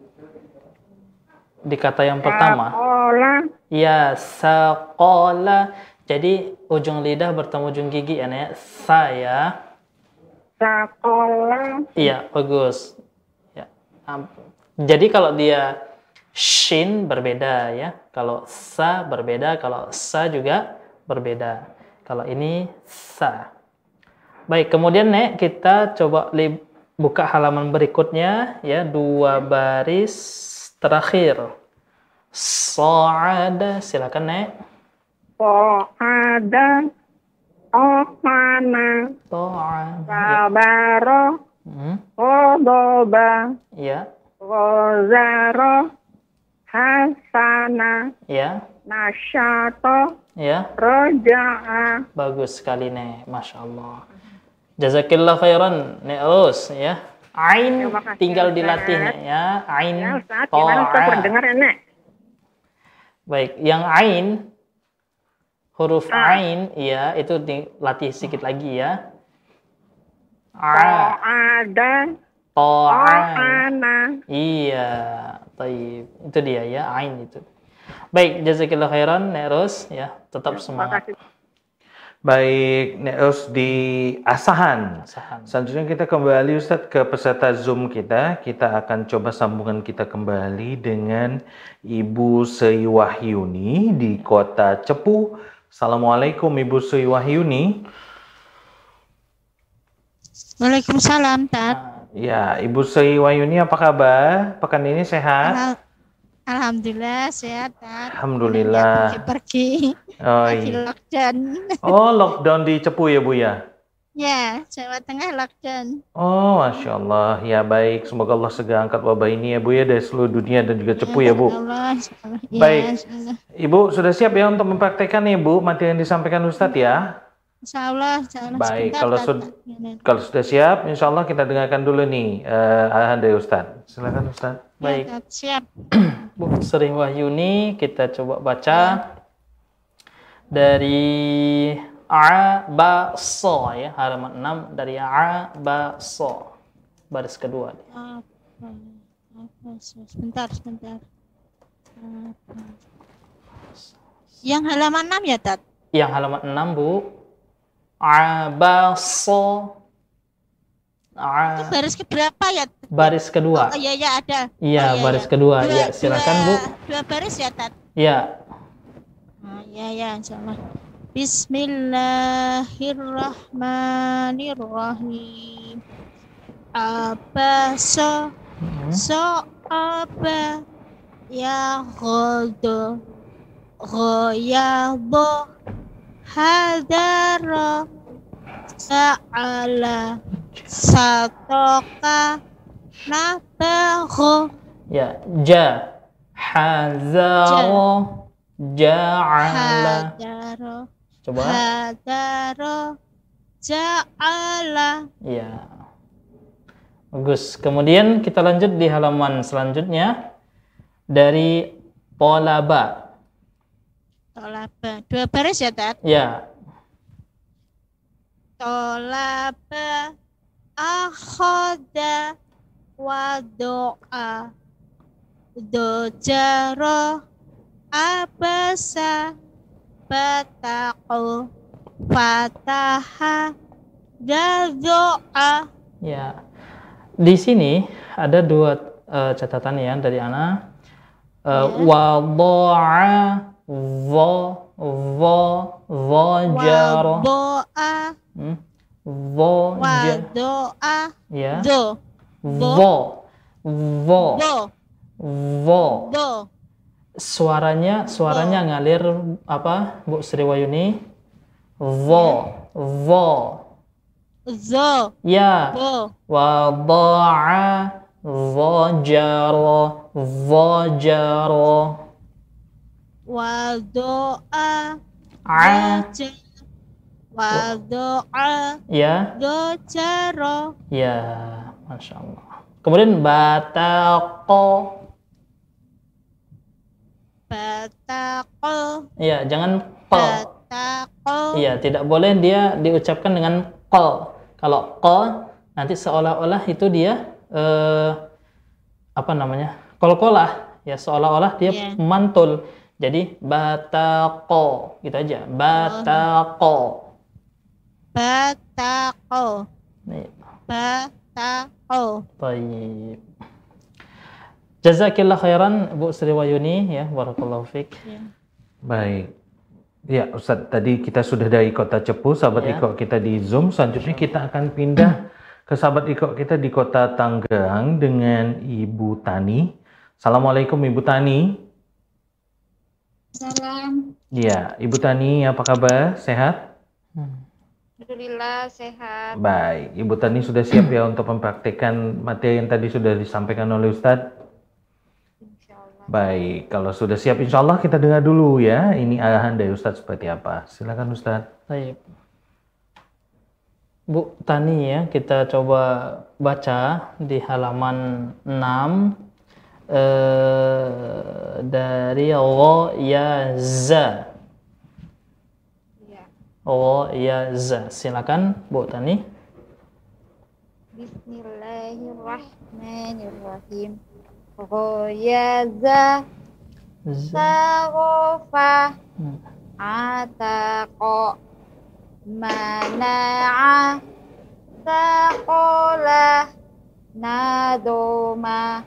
Speaker 3: di kata yang pertama,
Speaker 7: Syaqala
Speaker 3: ya saqala. Jadi ujung lidah bertemu ujung gigi ya, Nek. Saya.
Speaker 7: Syaqala
Speaker 3: Iya, bagus. Ya. am- Jadi kalau dia shin berbeda ya. Kalau sa berbeda, kalau sa juga berbeda. Kalau ini sa. Baik, kemudian Nek, kita coba li- buka halaman berikutnya ya, dua baris terakhir. Sa'ada, silakan Nek.
Speaker 7: Qa'ada Ohana
Speaker 3: Ta'ada.
Speaker 7: Sabaro
Speaker 3: Hmm,
Speaker 7: Qodoba
Speaker 3: ya,
Speaker 7: Gozaro Hasana
Speaker 3: ya,
Speaker 7: Nasyato
Speaker 3: ya.
Speaker 7: Roja'a.
Speaker 3: Bagus sekali Nek, Masya Allah. Jazakillah khairan Nek Ros ya. Ain
Speaker 7: Terima kasih,
Speaker 3: tinggal
Speaker 7: Ustaz.
Speaker 3: dilatih Nek ya. Ain
Speaker 7: Ya Ustaz, gimana Ustaz
Speaker 3: to'a.
Speaker 7: mendengar ya Nek?
Speaker 3: Baik, yang ain huruf
Speaker 7: Ah.
Speaker 3: ain ya itu dilatih sedikit lagi ya. A,
Speaker 7: Qa'ada
Speaker 3: to'a.
Speaker 7: Ohana.
Speaker 3: Iya, taib. Itu dia ya, ain itu. Baik, jazakillah khairan Nek Ros ya. Tetap
Speaker 7: Terima
Speaker 3: semangat.
Speaker 7: kasih.
Speaker 2: Baik, Neus di Asahan.
Speaker 3: Asahan.
Speaker 2: Selanjutnya kita kembali Ustadz ke peserta Zoom kita. Kita akan coba sambungan kita kembali dengan Ibu Sri Wahyuni di Kota Cepu. Assalamualaikum Ibu Sri Wahyuni.
Speaker 6: Waalaikumsalam, Tat.
Speaker 2: Ya, Ibu Sri Wahyuni apa kabar? Pekan ini sehat?
Speaker 6: Al- Alhamdulillah sehat, Tat.
Speaker 2: Alhamdulillah.
Speaker 6: Pergi-pergi.
Speaker 2: Oh,
Speaker 6: Lagi
Speaker 2: iya.
Speaker 6: lockdown.
Speaker 2: Oh, lockdown di Cepu ya Bu ya?
Speaker 6: Ya, Jawa Tengah lockdown.
Speaker 2: Oh, Masya Allah. Ya baik, semoga Allah segera angkat wabah ini ya Bu ya dari seluruh dunia dan juga Cepu ya Bu.
Speaker 6: Allah, insyaallah. Ya,
Speaker 2: Baik.
Speaker 6: insyaallah.
Speaker 2: Ibu sudah siap ya untuk mempraktekkan nih Bu materi yang disampaikan Ustadz ya?
Speaker 6: Insyaallah, insyaallah.
Speaker 2: Baik,
Speaker 6: Sebentar,
Speaker 2: kalau
Speaker 6: Tat.
Speaker 2: sud- kalau sudah siap, insya Allah kita dengarkan dulu nih uh, arahan dari Ustadz. Silakan Ustadz.
Speaker 6: Ya,
Speaker 3: Baik,
Speaker 6: Tat, siap.
Speaker 3: Bu Sri Wahyuni, kita coba baca dari A, Ba, So ya, halaman enam dari A, Ba, So. Baris kedua.
Speaker 6: Apa? Apa? Sebentar, sebentar. Apa? Yang halaman enam ya, Tat?
Speaker 3: Yang halaman enam, Bu. A, Ba, So.
Speaker 6: Itu
Speaker 3: A,
Speaker 6: baris keberapa ya?
Speaker 3: baris kedua.
Speaker 6: Oh iya, iya ada.
Speaker 3: Iya,
Speaker 6: Oh,
Speaker 3: baris kedua.
Speaker 6: Dua-
Speaker 3: Ya, silakan Bu.
Speaker 6: dua- Dua baris ya, Tat?
Speaker 3: Ya,
Speaker 6: Ah, ya, ya, insyaallah. Bismillahirrahmanirrahim. Aba so so aba ya ghodo ghoyabo hadara sa'ala satoka nabaho
Speaker 3: ya. Ja, Hazaro, Ja'ala.
Speaker 6: hadaro
Speaker 3: Coba.
Speaker 6: hadaro ja'ala.
Speaker 3: Ya. Bagus. Kemudian kita lanjut di halaman selanjutnya dari Polaba.
Speaker 6: Tolaba. Dua baris ya, Tat?
Speaker 3: Ya.
Speaker 6: Tolaba akhoda wadoa dojaro abasa bataqo fataha dadoa.
Speaker 3: Ya. Di sini ada dua uh, catatan ya dari Ana. Uh, Wado'a, vo, vo, vojaro.
Speaker 6: Wadoa
Speaker 3: Hmm. Vo, ja,
Speaker 6: wadoa
Speaker 3: ya.
Speaker 6: do
Speaker 3: Vo, vo,
Speaker 6: do
Speaker 3: vo.
Speaker 6: do
Speaker 3: Suaranya, suaranya ngalir apa, Bu Sri Wahyuni? Vo, vo.
Speaker 6: zo
Speaker 3: Ya.
Speaker 6: do
Speaker 3: Wada'a, vojaro, vojaro.
Speaker 6: wadoa
Speaker 3: A,
Speaker 6: doja wadoa
Speaker 3: ya.
Speaker 6: dojaro
Speaker 3: Ya, Masya Allah. Kemudian batako.
Speaker 6: batako
Speaker 3: Ya, jangan ko.
Speaker 6: batako
Speaker 3: Iya, tidak boleh dia diucapkan dengan ko. Kalau ko, nanti seolah-olah itu dia eh, apa namanya? Kol-kolah. Ya, seolah-olah dia
Speaker 6: Iya.
Speaker 3: mantul. Jadi batako, gitu aja. Batako.
Speaker 6: batako
Speaker 3: Nih,
Speaker 6: batako.
Speaker 3: baik. Jazakillah khairan Bu Sri Wahyuni ya, barakallahu fiik.
Speaker 2: Baik. Ya Ustadz, tadi kita sudah dari Kota Cepu, sahabat
Speaker 3: Ya.
Speaker 2: Iqra kita di Zoom. Selanjutnya kita akan pindah ke sahabat Iqra kita di Kota Tangerang dengan Ibu Tani. Assalamualaikum Ibu Tani.
Speaker 8: Salam.
Speaker 2: Ya, Ibu Tani apa kabar? Sehat?
Speaker 8: Alhamdulillah sehat.
Speaker 2: Baik, Ibu Tani sudah siap ya untuk mempraktikkan materi yang tadi sudah disampaikan oleh Ustadz?
Speaker 8: Insyaallah.
Speaker 2: Baik, kalau sudah siap insya Allah kita dengar dulu ya. Ini arahan dari Ustadz seperti apa. Silakan Ustadz.
Speaker 3: Baik. Bu Tani ya, kita coba baca di halaman enam eh, dari Gha ya za.
Speaker 8: Ya.
Speaker 3: Gha ya za. Silakan Bu Tani.
Speaker 8: Bismillahirrahmanirrahim. Ghayaza
Speaker 3: Z.
Speaker 8: sarofa
Speaker 3: Hmm.
Speaker 8: ataqo mana'a, taqola, nadoma,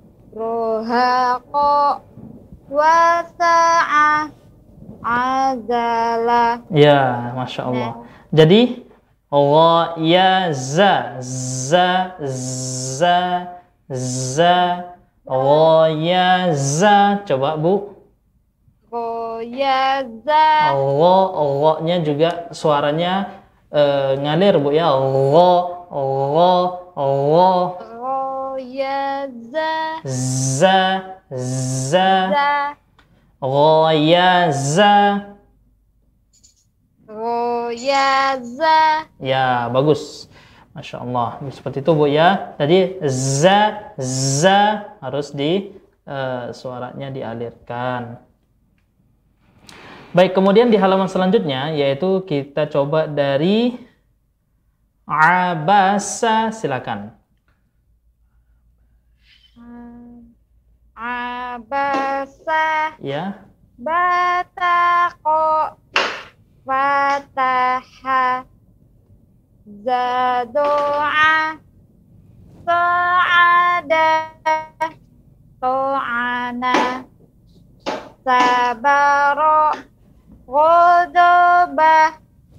Speaker 8: rohaqo, wasa'a, azala.
Speaker 3: Ya, Masya Allah. Jadi Allah ya za za za za Allah ya za. Coba Bu.
Speaker 8: Goyaza.
Speaker 3: Allah, Allah-nya juga suaranya eh, ngalir Bu ya. Allah, Allah, Allah.
Speaker 8: Goyaza.
Speaker 3: Za, za.
Speaker 8: Za.
Speaker 3: Ghayaza.
Speaker 8: Goyaza.
Speaker 3: Ya, bagus. Masya Allah. Seperti itu Bu ya. Jadi za, za harus di uh, suaranya dialirkan. Baik, kemudian di halaman selanjutnya yaitu kita coba dari abasa, silakan.
Speaker 8: Abasa.
Speaker 3: Ya.
Speaker 8: Bataqo. Fataha. Zado'a. Sa'ada. To'ana. Sabaro. Ghodobah.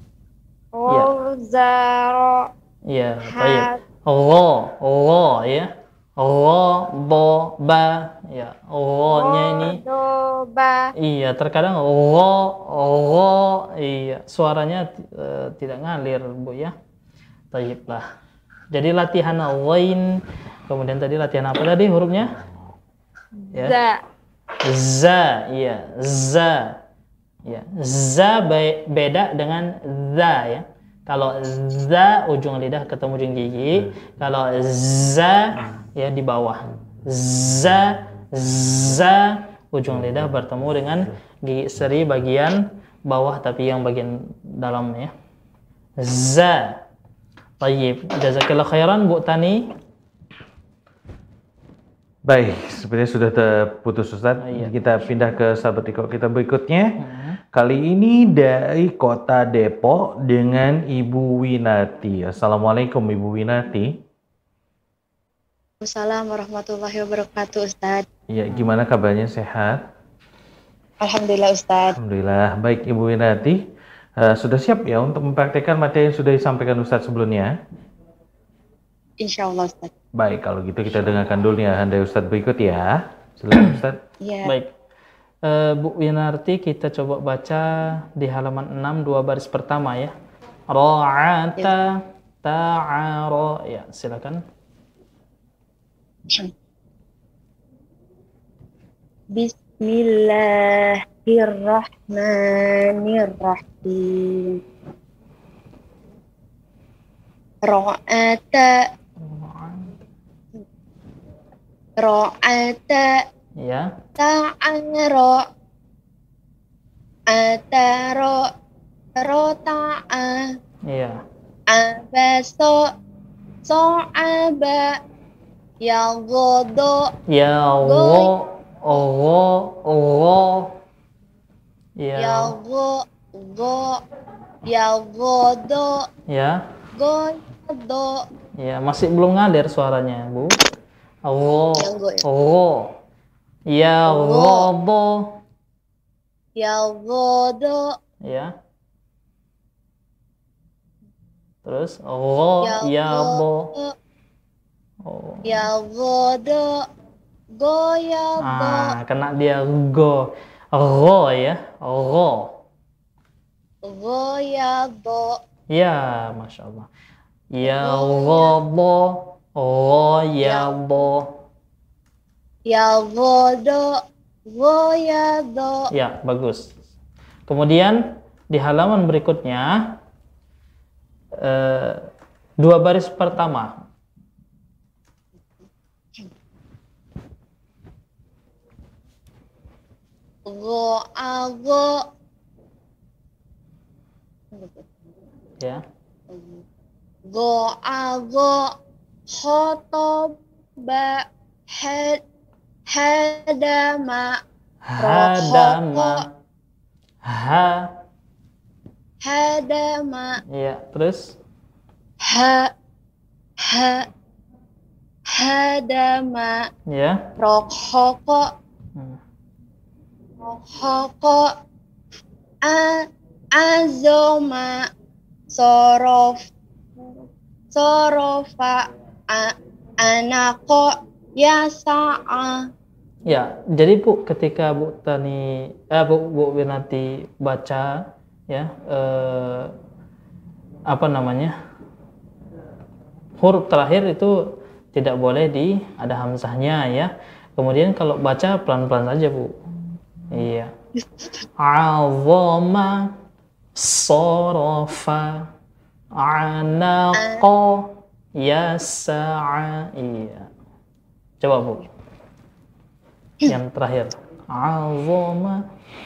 Speaker 8: Ghuzaro.
Speaker 3: Ya, baik. Allah, Allah ya. Allah, bo, ba. Ya, Allah-nya ini.
Speaker 8: Ghodobah.
Speaker 3: Iya, terkadang Allah, Allah, iya, suaranya uh, tidak ngalir Bu ya. Baiklah. Jadi latihan ghain, kemudian tadi latihan apa tadi hurufnya? Ya.
Speaker 8: Za.
Speaker 3: Za, iya, za. Ya, za be beda dengan za ya. Kalau za ujung lidah ketemu ujung gigi, kalau za ya di bawah. Za, za ujung lidah bertemu dengan gigi seri bagian bawah tapi yang bagian dalam ya. Za. Baik, jazakallahu khairan Bu Tani.
Speaker 2: Baik, sepertinya sudah terputus Ustaz.
Speaker 3: Oh, iya.
Speaker 2: Kita pindah ke sahabat Iko kita berikutnya.
Speaker 3: Hmm.
Speaker 2: Kali ini dari Kota Depok dengan Ibu Winati. Assalamualaikum Ibu Winati.
Speaker 9: Assalamualaikum warahmatullahi wabarakatuh Ustaz.
Speaker 2: Iya, gimana kabarnya, sehat?
Speaker 9: Alhamdulillah Ustaz.
Speaker 2: Alhamdulillah. Baik Ibu Winati, uh, sudah siap ya untuk mempraktekkan materi yang sudah disampaikan Ustaz sebelumnya?
Speaker 9: Insya Allah Ustaz.
Speaker 2: Baik, kalau gitu kita dengarkan dulu nih arahan dari Ustaz berikut ya. Silakan Ustaz.
Speaker 9: Iya.
Speaker 3: Baik. Uh, Bu Winarti, kita coba baca di halaman enam dua baris pertama ya. Ra'ata ta'ara. Ya, silakan.
Speaker 9: Bismillahirrahmanirrahim. Ra'ata Ra'ata
Speaker 3: Ya.
Speaker 9: ta'ara ataro rota'a
Speaker 3: Iya.
Speaker 9: abaso so'aba yagodo
Speaker 3: Ya Allah, Allah, Allah. Ya.
Speaker 9: yago go yagodo
Speaker 3: Ya.
Speaker 9: godo
Speaker 3: Ya, masih belum ngalir suaranya, Bu. Allah,
Speaker 9: Yang go ya?
Speaker 3: Allah. Ya
Speaker 9: Allah.
Speaker 3: Ghadha.
Speaker 9: yagodo
Speaker 3: Ya. Terus Allah, ya bo. Oh.
Speaker 9: yagodo goyago
Speaker 3: Ah, kena dia go. Gho ya. Gho.
Speaker 9: goyago
Speaker 3: Ya, Masya Allah. Ya Ghadha. Oh, ya bo.
Speaker 9: yagodo goyado
Speaker 3: Ya, bagus. Kemudian di halaman berikutnya eh, dua baris pertama.
Speaker 9: go ago
Speaker 3: Ya.
Speaker 9: go ago khotoba had hadama
Speaker 3: Hadama. Ha.
Speaker 9: hadama,
Speaker 3: Ya, terus
Speaker 9: ha ha hadama,
Speaker 3: ya.
Speaker 9: rokhoko,
Speaker 3: Hmm.
Speaker 9: rokhoko, a azoma, sorof, sorofa, a, anako, yasa'a.
Speaker 3: Ya, jadi Bu, ketika Bu Tani, eh, Bu, Bu Winarti baca, ya, eh, apa namanya, huruf terakhir itu tidak boleh di ada hamzahnya, ya. Kemudian kalau baca pelan-pelan saja, Bu. Iya. Azama, sorofa, anaqo, yasa'a. Iya. Coba Bu. Yang terakhir. Azama.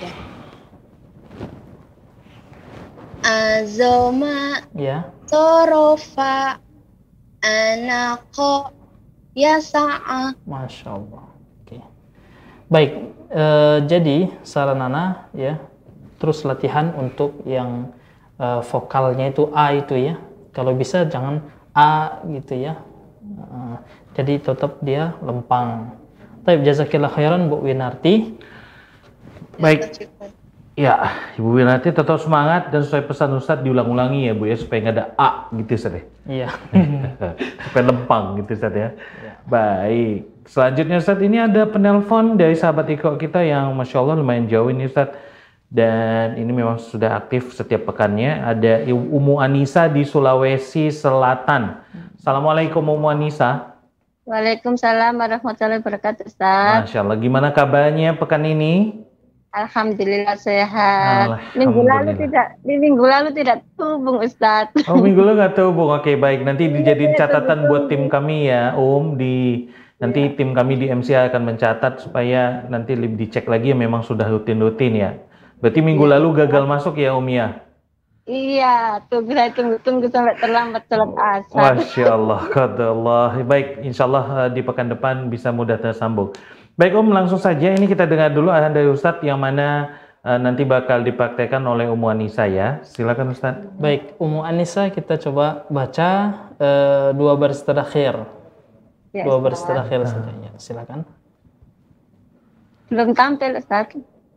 Speaker 9: Azoma,
Speaker 3: Ya.
Speaker 9: sorofa, anako, yasa'a.
Speaker 3: Masya Allah. Oke. Baik. eh, jadi saran Nana, ya, terus latihan untuk yang eh, vokalnya itu A itu, ya. Kalau bisa jangan A gitu, ya. Eh, jadi tetap dia lempang. Baik, jazakillah khairan Bu Winarti.
Speaker 2: Baik. Ya, Ibu Winarti tetap semangat dan sesuai pesan Ustadz diulang-ulangi ya Bu ya, supaya nggak ada A gitu Ustadz ya.
Speaker 3: Iya.
Speaker 2: Supaya lempang gitu Ustadz ya. Baik. Selanjutnya Ustadz, ini ada penelpon dari sahabat Iqra kita yang Masya Allah lumayan jauh ini Ustadz. Dan ini memang sudah aktif setiap pekannya. Ada Umu Anissa di Sulawesi Selatan. Assalamualaikum Umu Anissa.
Speaker 6: Waalaikumsalam warahmatullahi wabarakatuh, Ustaz.
Speaker 2: Masya Allah, gimana kabarnya pekan ini?
Speaker 6: Alhamdulillah sehat. Minggu
Speaker 2: Alhamdulillah.
Speaker 6: lalu tidak, di minggu lalu tidak hubung, Ustaz.
Speaker 2: Oh, minggu lalu nggak tahu, Bung. Oke, baik. Nanti dijadiin catatan buat tim kami ya, Om. Di nanti tim kami di M C A akan mencatat supaya nanti lebih dicek lagi ya, memang sudah rutin-rutin ya. Berarti minggu lalu gagal masuk ya, Om ya?
Speaker 6: Iya, tunggu saya tunggu-tunggu sampai terlambat sholat asar.
Speaker 2: Masya Allah, kata Allah. Baik, insya Allah di pekan depan bisa mudah tersambung. Baik Om, langsung saja ini kita dengar dulu arahan dari Ustadz yang mana uh, nanti bakal dipraktekkan oleh Umu Anissa ya. Silakan Ustadz.
Speaker 3: Baik, Umu Anissa kita coba baca eh, dua baris terakhir.
Speaker 6: Ya,
Speaker 3: dua baris
Speaker 6: Ustaz.
Speaker 3: terakhir saja. Ya, silakan.
Speaker 6: Belum tampil, Ustaz.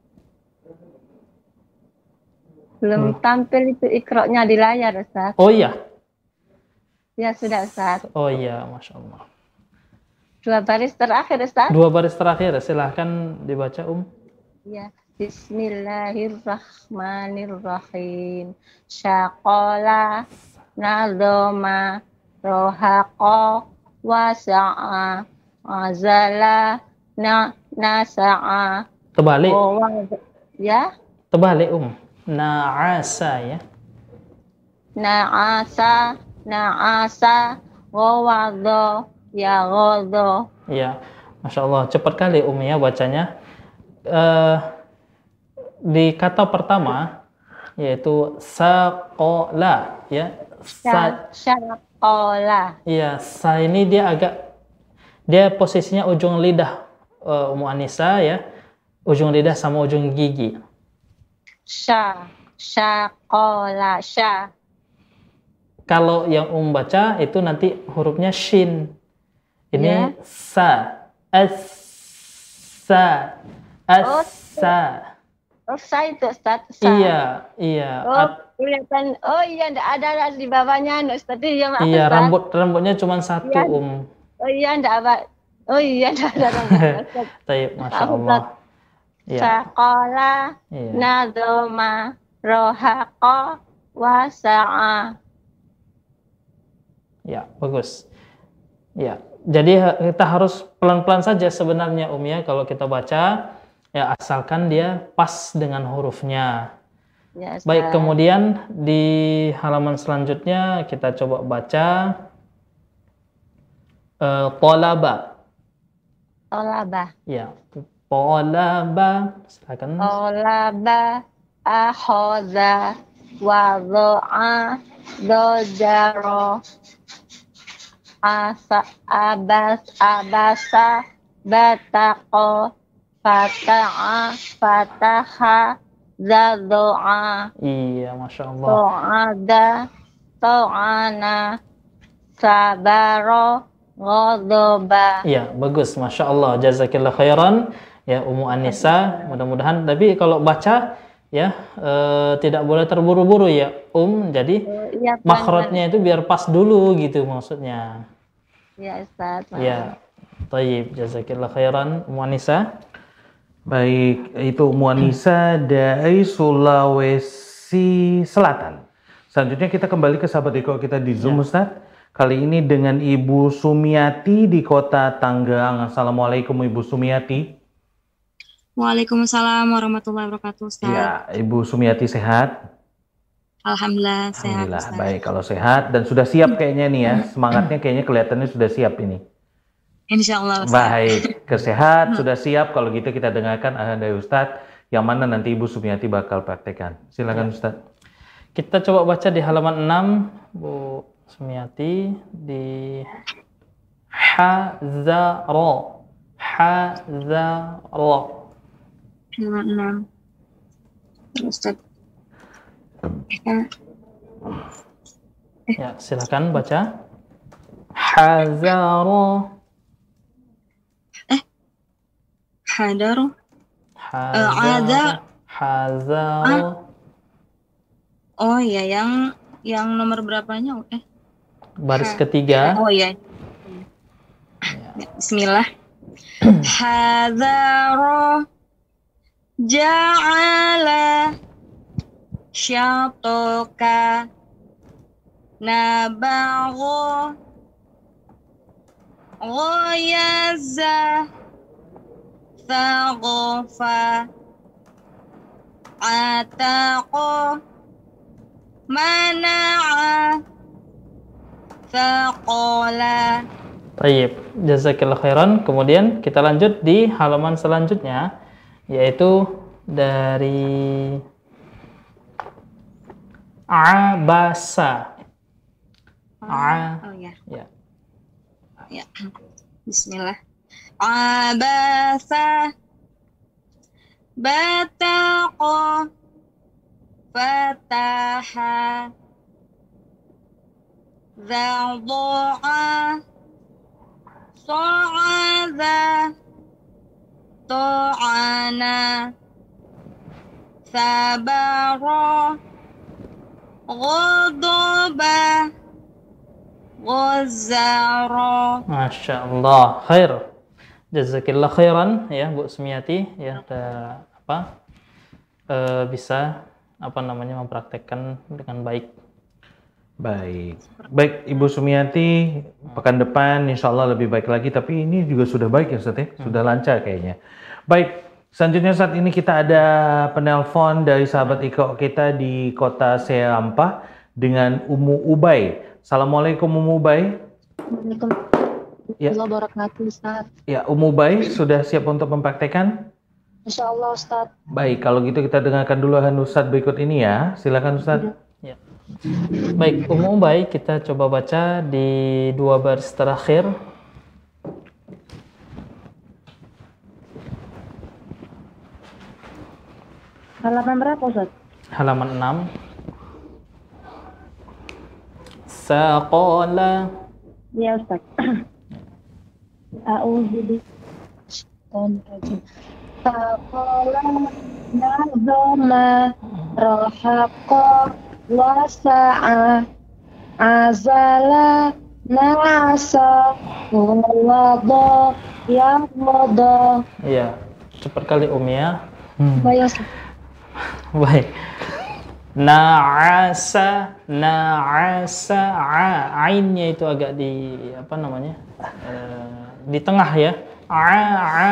Speaker 6: Belum
Speaker 3: Hmm.
Speaker 6: tampil itu ikroknya di layar, Ustaz.
Speaker 3: Oh iya.
Speaker 6: Ya sudah, Ustaz.
Speaker 3: Oh iya, Masya Allah.
Speaker 6: Dua baris terakhir, Ustaz.
Speaker 3: Dua baris terakhir, silahkan dibaca, Um.
Speaker 6: Ya. Bismillahirrahmanirrahim. Syaqala nadoma rohaqa wasa'a azala na nasa'a.
Speaker 3: Terbalik.
Speaker 6: Wawa- Ya.
Speaker 3: Terbalik, Um. Na'asa ya.
Speaker 6: Na'asa na'asa wawadho ya ghadho.
Speaker 3: Iya. Masya Allah, cepat kali Um ya bacanya. Eh, di kata pertama yaitu saqala ya. Sa,
Speaker 6: Syaqala.
Speaker 3: iya, sa ini dia agak dia posisinya ujung lidah uh, Umu Anissa ya. Ujung lidah sama ujung gigi.
Speaker 6: Sya syaqala sya.
Speaker 3: Kalau yang Um baca itu nanti hurufnya shin. Ini
Speaker 6: Ya.
Speaker 3: sa, as, sa,
Speaker 6: Oh,
Speaker 3: as, sa.
Speaker 6: Oh, sa itu, Ustaz. Sa.
Speaker 3: Iya, iya.
Speaker 6: Oh,
Speaker 3: At-
Speaker 6: kelihatan. Oh iya, enggak ada di bawahnya, anu, Ustaz. Iya, maaf,
Speaker 3: iya,
Speaker 6: Ustaz.
Speaker 3: rambut rambutnya cuma satu,
Speaker 6: Iya.
Speaker 3: Um.
Speaker 6: Oh iya, enggak apa. Oh iya, enggak ada rambut, Ustaz.
Speaker 3: Taib, Masya
Speaker 6: Maaf,
Speaker 3: Allah.
Speaker 6: Ustaz.
Speaker 3: Iya.
Speaker 6: Syaqala
Speaker 3: Iya.
Speaker 6: nadoma rohaqa wasa'a.
Speaker 3: Ya, bagus. Ya, jadi ha- kita harus pelan-pelan saja sebenarnya Um ya kalau kita baca, ya asalkan dia pas dengan hurufnya.
Speaker 6: Ya, Ustaz.
Speaker 3: Baik, kemudian di halaman selanjutnya kita coba baca eh, Tolaba.
Speaker 6: Tolaba.
Speaker 3: Ya, Tolaba. Silakan.
Speaker 6: Tolaba akhoza wadha'a dojaro asa abas abasa bataqo fata'a fataha zadoa,
Speaker 3: Iya, Masya Allah.
Speaker 6: to'ada, to'ana, sabaro, godoba.
Speaker 3: Iya, bagus, Masya Allah. Jazakillah khairan. Ya, Ummu Anissa, mudah-mudahan. Tapi kalau baca, ya, eh, tidak boleh terburu-buru ya, Um. Jadi,
Speaker 6: Iya,
Speaker 3: makhrajnya itu biar pas dulu gitu maksudnya.
Speaker 6: Ya, Ustaz.
Speaker 3: Ya, tayyib. Jazakillah khairan, Ummu Anissa.
Speaker 2: Baik, itu Ummu Anissa dari Sulawesi Selatan. Selanjutnya kita kembali ke sahabat Iko kita di Zoom, Ustaz. Kali ini dengan Ibu Sumiati di Kota Tanggerang. Assalamualaikum Ibu Sumiati.
Speaker 10: Waalaikumsalam warahmatullahi wabarakatuh, Ustaz.
Speaker 2: Iya, Ibu Sumiati sehat?
Speaker 10: Alhamdulillah sehat,
Speaker 2: Alhamdulillah,
Speaker 10: Ustaz.
Speaker 2: baik kalau sehat dan sudah siap kayaknya nih ya. Semangatnya kayaknya kelihatannya sudah siap ini.
Speaker 10: Insya Allah, Ustaz.
Speaker 2: Baik, kesehat, sudah siap. Kalau gitu kita dengarkan arahan dari Ustadz yang mana nanti Ibu Sumiati bakal praktekkan. Silakan Ustadz.
Speaker 3: Kita coba baca di halaman enam, Bu Sumiati, di hazaro. Hazaro.
Speaker 10: Halaman enam. Ustaz.
Speaker 3: Ya, silakan baca. Hazaro.
Speaker 10: Hadaru.
Speaker 3: Hazaro.
Speaker 10: ada.
Speaker 3: Hazaro.
Speaker 10: Oh iya, yang yang nomor berapanya? Eh.
Speaker 3: Baris
Speaker 10: Ha-
Speaker 3: ketiga.
Speaker 10: Oh iya. Bismillah. Hadzaro ja'ala syatoka nabagho ghayaza thaghafa ataqo mana'a thaqala.
Speaker 3: Tayyib, jazakillah khairan. Kemudian kita lanjut di halaman selanjutnya, yaitu dari abasa. A,
Speaker 10: Oh ya.
Speaker 3: ya.
Speaker 10: Ya. Bismillah. Abasa bataqa fataha dzadha'a sa'adha ta'ana sabara ghadaba ghazara.
Speaker 3: Masya Allah, khair. Jazakillah khairan ya Bu Sumiati ya, ada apa e, bisa apa namanya mempraktekkan dengan baik.
Speaker 2: Baik, baik Ibu Sumiati, pekan depan insya Allah lebih baik lagi. Tapi ini juga sudah baik ya Ustaz ya, sudah lancar kayaknya. Baik, selanjutnya saat ini kita ada penelpon dari sahabat Iqra kita di kota Serampa dengan Ummu Ubay. Assalamualaikum Ummu Ubay.
Speaker 9: Waalaikumsalam
Speaker 2: Ya.
Speaker 9: warahmatullahi wabarakatuh, Ustaz.
Speaker 2: Ya, Ummu Ubay sudah siap untuk mempraktekkan?
Speaker 9: Insya Allah, Ustaz.
Speaker 2: Baik, kalau gitu kita dengarkan dulu arahan Ustaz berikut ini ya. Silakan Ustaz.
Speaker 3: Ya. Baik, Ummu Ubay, kita coba baca di dua baris terakhir.
Speaker 9: Halaman berapa, Ustaz?
Speaker 3: Halaman enam. Saqala.
Speaker 9: Ya, Ustaz. A'udzu billahi Taqala nazama rahaqa wasa'a azala na'asa wada ya wada.
Speaker 3: Iya, cepat kali Umi ya.
Speaker 9: Baik.
Speaker 3: Baik. Na'asa, na'asa, a, ainnya itu agak di apa namanya? Eh, di tengah ya. A, a,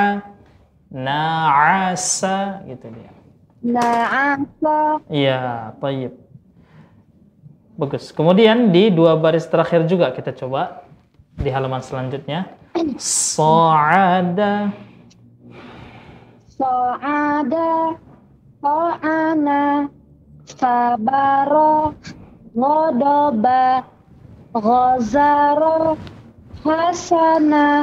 Speaker 3: na'asa gitu dia.
Speaker 9: Na'asa.
Speaker 3: Iya, tayyib. Bagus. Kemudian di dua baris terakhir juga kita coba di halaman selanjutnya. Sa'ada.
Speaker 9: Sa'ada. Sa'ana. Sabaro. Ngodoba. Ghazaro. Hasana.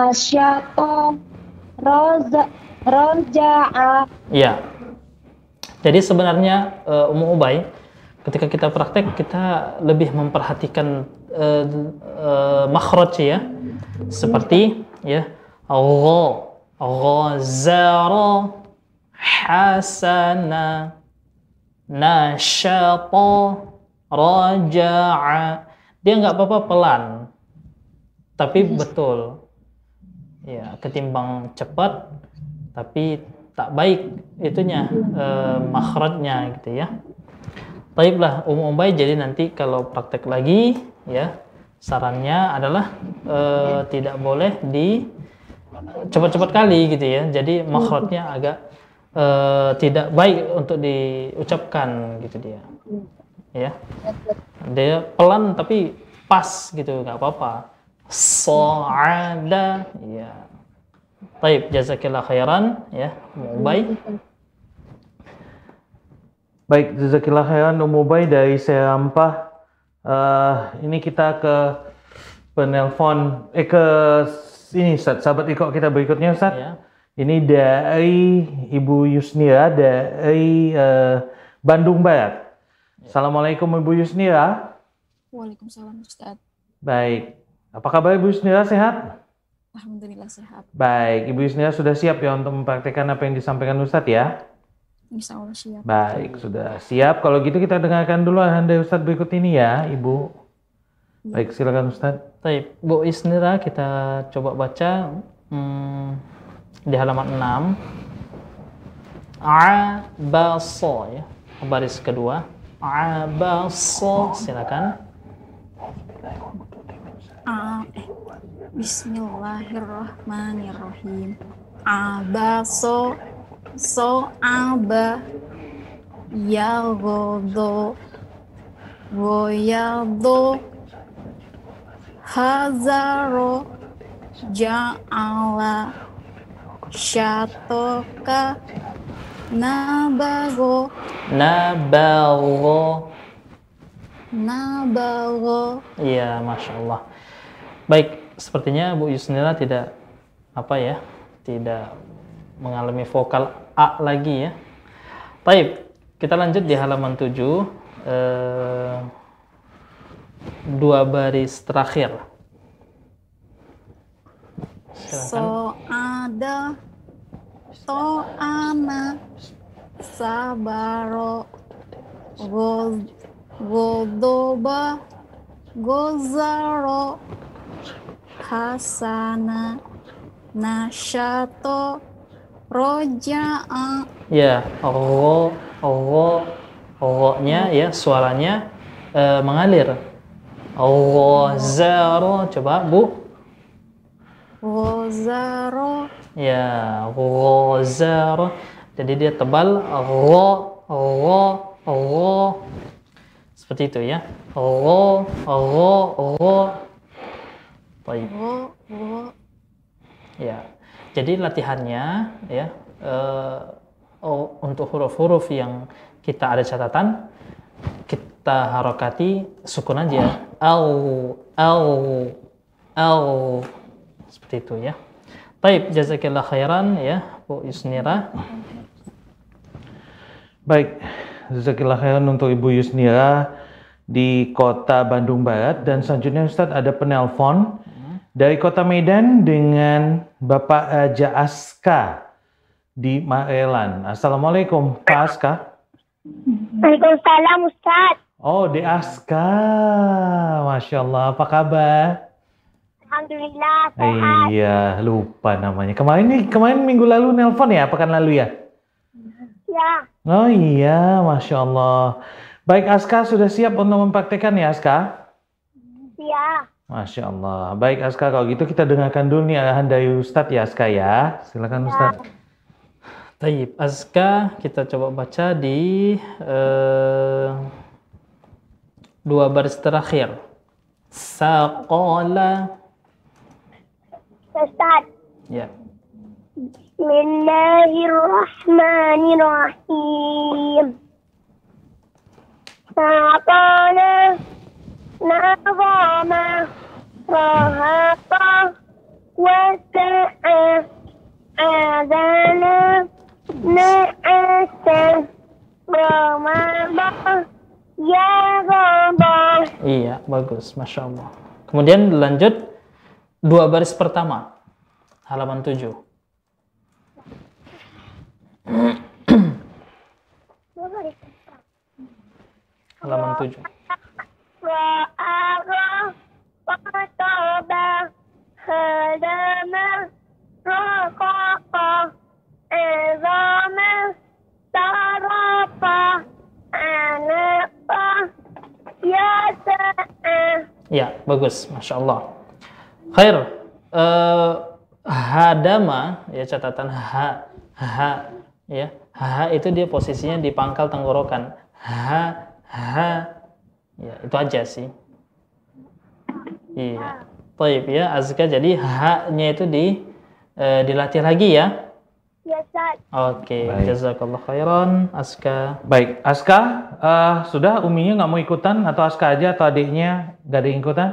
Speaker 9: Nasyato. Roza. Roja'a.
Speaker 3: Iya. Jadi sebenarnya uh, Ummu Ubay, ketika kita praktek kita lebih memperhatikan uh, uh, makhraj ya, seperti ya gha, ghazara, hasana, nasyata, raja'a. Dia nggak apa-apa pelan, tapi betul. Ya, ketimbang cepat, tapi tak baik itunya uh, makhrajnya gitu ya. Baiklah Ummu Ubay, jadi nanti kalau praktek lagi ya sarannya adalah uh, tidak boleh di cepat-cepat kali gitu ya. Jadi makhrajnya agak uh, tidak baik untuk diucapkan gitu dia. Ya. Dia pelan tapi pas gitu, nggak apa-apa. Sa'ada ya. Baik, jazakillah khairan ya, Ummu Ubay.
Speaker 2: Baik, jazakillah khairan Ummu Ubay dari Serampah. Uh, ini kita ke penelpon, eh ke ini Ustaz, sahabat Iqra kita berikutnya Ustaz. Ya. Ini dari Ibu Yusnira dari uh, Bandung Barat. Ya. Assalamualaikum Ibu Yusnira.
Speaker 11: Waalaikumsalam Ustaz.
Speaker 2: Baik, apa kabar Ibu Yusnira, sehat?
Speaker 11: Alhamdulillah sehat.
Speaker 2: Baik, Ibu Yusnira sudah siap ya untuk mempraktikkan apa yang disampaikan Ustadz ya?
Speaker 11: Insya Allah siap.
Speaker 2: Baik, sudah siap. Kalau gitu kita dengarkan dulu arahan dari Ustadz berikut ini ya, Ibu. Ya. Baik, silakan Ustadz.
Speaker 3: Baik, Bu Yusnira, kita coba baca hmm, di halaman enam. Abasa ya, baris kedua. Abasa, silakan.
Speaker 11: Ah, eh. Bismillahirrahmanirrahim. Abaso so aba yagodo goyado hazaro ja'ala syatoka nabago
Speaker 3: nabago
Speaker 11: nabago.
Speaker 3: Iya, Masya Allah. Baik, sepertinya Bu Yusnira tidak apa ya, tidak mengalami vokal A lagi ya. Baik, kita lanjut di halaman tujuh, eh, dua baris terakhir. Silakan.
Speaker 11: So ada, to ana, sabaro, go, godoba, gozaro, hasana, nasyato, roja'a.
Speaker 3: Ya, ro, ro, ro-nya ya suaranya uh, mengalir. Ghazaro, coba Bu.
Speaker 11: Ghazaro.
Speaker 3: Ya, ghazaro. Jadi dia tebal. Ro, ro, ro. Seperti itu ya. Ro, ro, ro. Baik.
Speaker 11: Ro, ro.
Speaker 3: Ya. Jadi latihannya ya uh, oh, untuk huruf-huruf yang kita ada catatan, kita harokati sukun aja. Au, au, au. Seperti itu ya. Baik, jazakillah khairan ya Bu Yusnira.
Speaker 2: Baik, jazakillah khairan untuk Ibu Yusnira di kota Bandung Barat. Dan selanjutnya Ustadz ada penelpon dari kota Medan dengan Bapak Aja Aska di Marelan. Assalamualaikum Pak Aska.
Speaker 9: Waalaikumsalam Ustaz.
Speaker 2: Oh, di Aska. Masya Allah, apa kabar?
Speaker 9: Alhamdulillah sehat.
Speaker 2: Iya, lupa namanya. Kemarin nih, kemarin minggu lalu nelpon ya, pekan lalu ya?
Speaker 9: Ya.
Speaker 2: Oh iya, Masya Allah. Baik Aska, sudah siap untuk mempraktekkan ya Aska?
Speaker 9: Ya.
Speaker 2: Masya Allah. Baik Aska, kalau gitu kita dengarkan dulu nih arahan dari Ustadz ya Aska ya. Silakan Ustadz.
Speaker 3: Taib, Aska kita coba baca di uh, dua baris terakhir. Saqala.
Speaker 9: Ustaz.
Speaker 3: Ya.
Speaker 9: Bismillahirrahmanirrahim. Saqala. Nazama. Rahata. Wasa'a. Adana. Na'asa.
Speaker 3: Iya, bagus, masya Allah. Kemudian lanjut dua baris pertama, halaman tujuh. Halaman tujuh.
Speaker 9: Wa'ara wa'atoba hadama raqaqa izama tarafa anaqa yasa'a.
Speaker 3: Ya, bagus, masya Allah. Khair. Uh, hadama, ya catatan ha, ha, ya, ha itu dia posisinya di pangkal tenggorokan. Ha, ha, ya itu aja sih. Iya. Baik ya, Azka. Jadi ha-nya itu di uh, dilatih lagi ya.
Speaker 9: Ya, Ustaz.
Speaker 3: Oke, jazakallah khairan, Aska.
Speaker 2: Baik, Aska, uh, sudah Uminya nggak mau ikutan atau Aska aja atau adiknya nggak ada yang ikutan?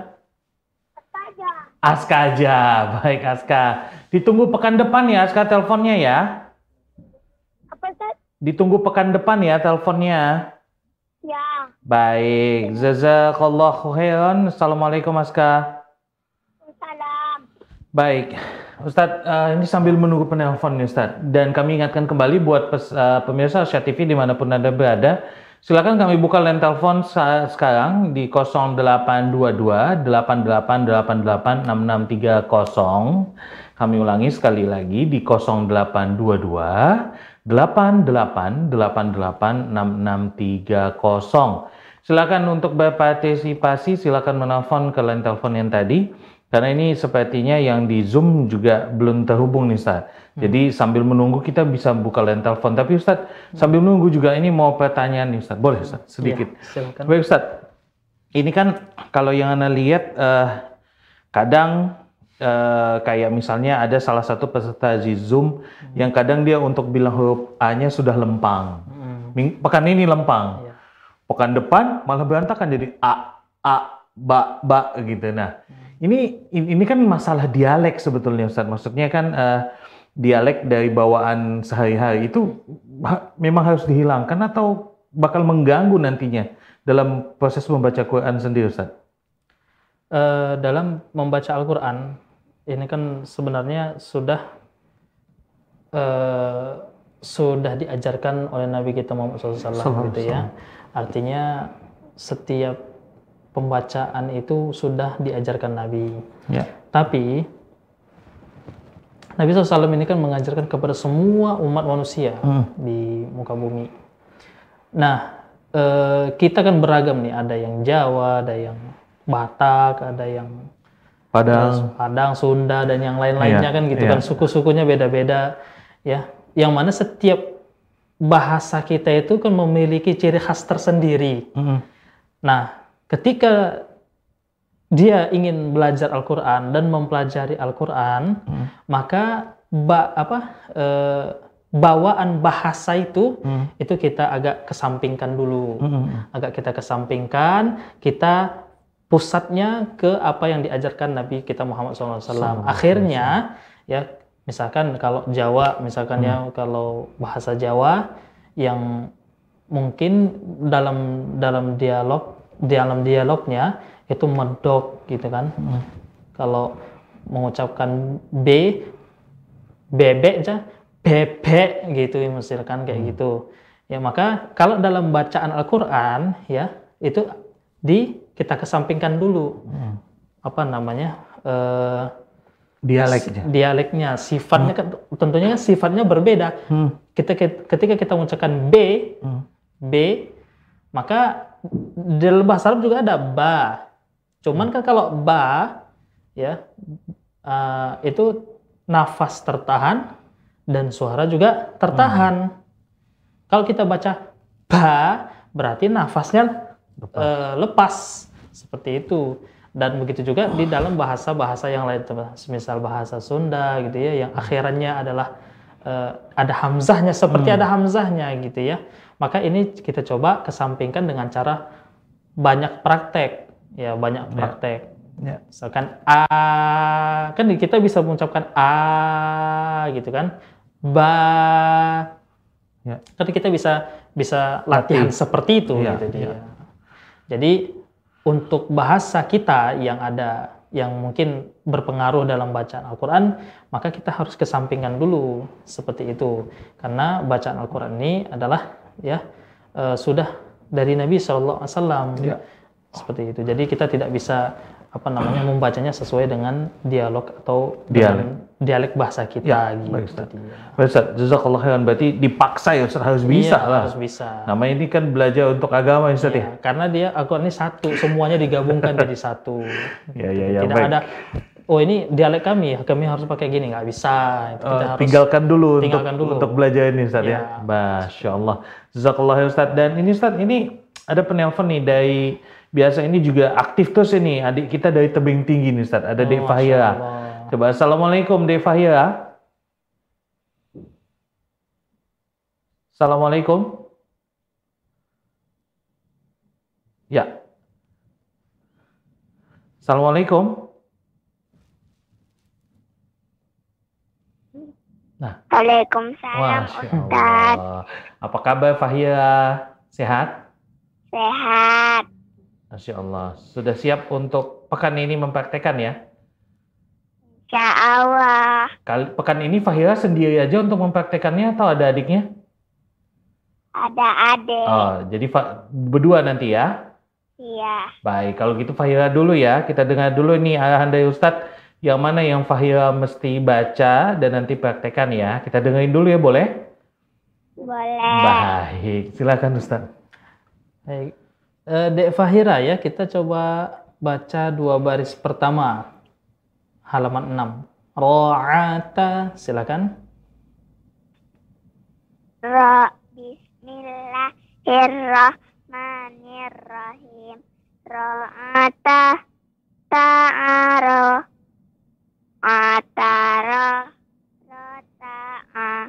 Speaker 2: Aska aja, baik Aska. Ditunggu pekan depan ya Aska teleponnya ya.
Speaker 9: Apa, Ustaz?
Speaker 2: Ditunggu pekan depan ya teleponnya.
Speaker 9: Ya.
Speaker 2: Baik, jazakallahu khairan. Assalamualaikum Aska.
Speaker 9: Salam.
Speaker 2: Baik, Ustadz, uh, ini sambil menunggu penelpon nih Ustadz. Dan kami ingatkan kembali buat pes, uh, pemirsa Asia T V dimanapun Anda berada, silakan kami buka line telepon sekarang di nol delapan dua dua delapan delapan delapan delapan enam enam tiga nol. Kami ulangi sekali lagi di nol delapan dua dua delapan delapan delapan delapan enam enam tiga nol. Silakan untuk berpartisipasi, silakan menelpon ke line telepon yang tadi. Karena ini sepertinya yang di Zoom juga belum terhubung nih Ustaz. Jadi sambil menunggu kita bisa buka line telepon. Tapi Ustaz, sambil menunggu juga ini mau pertanyaan nih Ustaz. Boleh Ustaz? Sedikit.
Speaker 3: Ya, silakan.
Speaker 2: Baik Ustaz, ini kan kalau yang Anda lihat uh, kadang uh, kayak misalnya ada salah satu peserta di Zoom hmm. yang kadang dia untuk bilang huruf A-nya sudah lempang. Hmm. Pekan ini lempang. Ya. Pekan depan malah berantakan jadi A, A, ba, ba gitu. Nah, hmm. Ini ini kan masalah dialek sebetulnya Ustaz. Maksudnya kan uh, dialek dari bawaan sehari-hari itu ha, memang harus dihilangkan atau bakal mengganggu nantinya dalam proses membaca Quran sendiri Ustaz?
Speaker 3: Uh, dalam membaca Al-Quran ini kan sebenarnya sudah uh, sudah diajarkan oleh Nabi kita Muhammad shallallahu alaihi wasallam gitu ya. Artinya setiap pembacaan itu sudah diajarkan Nabi. Ya. Tapi Nabi shallallahu alaihi wasallam ini kan mengajarkan kepada semua umat manusia hmm. di muka bumi. Nah, eh, kita kan beragam nih. Ada yang Jawa, ada yang Batak, ada yang
Speaker 2: Padang,
Speaker 3: Padang, Sunda dan yang lain-lainnya ya, kan gitu ya. Kan suku-sukunya beda-beda ya. Yang mana setiap bahasa kita itu kan memiliki ciri khas tersendiri. Hmm. Nah, ketika dia ingin belajar Al-Quran dan mempelajari Al-Quran, hmm. maka ba, apa, e, bawaan bahasa itu, hmm. itu kita agak kesampingkan dulu. Hmm. Agak kita kesampingkan, kita pusatnya ke apa yang diajarkan Nabi kita Muhammad shallallahu alaihi wasallam. Akhirnya, ya misalkan kalau Jawa, misalkan hmm. ya kalau bahasa Jawa yang mungkin dalam dalam dialog di dalam dialognya itu medok gitu kan. Hmm. Kalau mengucapkan B, bebek aja, bebek gitu misalkan kayak hmm. gitu. Ya maka kalau dalam bacaan Al-Qur'an ya itu di kita kesampingkan dulu. Hmm. Apa namanya? Uh,
Speaker 2: dialeknya.
Speaker 3: Dialeknya, sifatnya hmm. tentunya sifatnya berbeda. Hmm. Kita ketika kita mengucapkan B, hmm. B maka di dalam bahasa Arab juga ada ba. Cuman kan kalau ba ya uh, itu nafas tertahan dan suara juga tertahan. Hmm. Kalau kita baca ba berarti nafasnya lepas. Uh, lepas seperti itu. Dan begitu juga di dalam bahasa-bahasa yang lain, misal bahasa Sunda gitu ya, yang akhirannya adalah uh, ada hamzahnya seperti hmm. ada hamzahnya gitu ya. Maka ini kita coba kesampingkan dengan cara banyak praktek, ya banyak praktek. Ya. Ya. Misalkan a, kan kita bisa mengucapkan a, gitu kan, ba. Ya. Kan kita bisa bisa latihan Latih. seperti itu, ya. Gitu dia. Ya. Jadi untuk bahasa kita yang ada, yang mungkin berpengaruh dalam bacaan Al-Quran, maka kita harus kesampingkan dulu seperti itu. Karena bacaan Al-Quran ini adalah ya uh, sudah dari Nabi shallallahu alaihi wasallam
Speaker 2: Ya.
Speaker 3: seperti itu. Jadi kita tidak bisa apa namanya membacanya sesuai dengan dialog atau
Speaker 2: Dialek.
Speaker 3: dengan dialek bahasa kita
Speaker 2: Ya,
Speaker 3: gitu.
Speaker 2: baik, Ustaz.
Speaker 3: Dia.
Speaker 2: Baik, Ustaz, jazakallah khairan. Berarti dipaksa ya Ustaz, harus bisa
Speaker 3: Iya,
Speaker 2: lah.
Speaker 3: harus bisa.
Speaker 2: Nama ini kan belajar untuk agama ya Ustaz ya.
Speaker 3: Iya, karena dia Al-Quran ini satu, semuanya digabungkan jadi satu.
Speaker 2: Ya, ya, ya,
Speaker 3: Tidak
Speaker 2: baik.
Speaker 3: ada, oh ini dialek kami, kami harus pakai gini, nggak bisa. Kita
Speaker 2: Oh,
Speaker 3: harus
Speaker 2: tinggalkan dulu
Speaker 3: tinggalkan
Speaker 2: untuk
Speaker 3: dulu.
Speaker 2: untuk belajar ini Ustaz
Speaker 3: Iya.
Speaker 2: ya. Masya Allah. Jazakallah khairan Ustaz. Dan ini Ustaz, ini ada penelpon nih dari, biasa ini juga aktif terus ini adik kita dari Tebing Tinggi nih Ustaz. Ada
Speaker 3: Oh,
Speaker 2: Dek
Speaker 3: Masya
Speaker 2: Fahira.
Speaker 3: Allah.
Speaker 2: Coba assalamualaikum Dek Fahira. Assalamualaikum. Ya. Assalamualaikum. Nah,
Speaker 9: Waalaikumsalam
Speaker 2: Masya
Speaker 9: Ustaz.
Speaker 2: Allah. Apa kabar Fahira? Sehat?
Speaker 9: Sehat.
Speaker 2: Masya Allah. Sudah siap untuk pekan ini mempraktekkan ya?
Speaker 9: Insya Allah.
Speaker 2: Kali, pekan ini Fahira sendiri aja untuk mempraktekannya atau ada adiknya?
Speaker 9: Ada adik.
Speaker 2: Oh, jadi Fa- berdua nanti ya?
Speaker 9: Iya.
Speaker 2: Baik, kalau gitu Fahira dulu ya. Kita dengar dulu nih arahan dari Ustadz. Yang mana yang Fahira mesti baca dan nanti praktekan ya. Kita dengerin dulu ya, boleh?
Speaker 9: Boleh.
Speaker 2: Baik, silakan Ustadz.
Speaker 3: Baik. Eh, Dek Fahira ya, kita coba baca dua baris pertama. Halaman enam. Ra'ata, silakan.
Speaker 9: Ra Bismillahirrahmanirrahim. Ra'ata ta'aro atara rota'a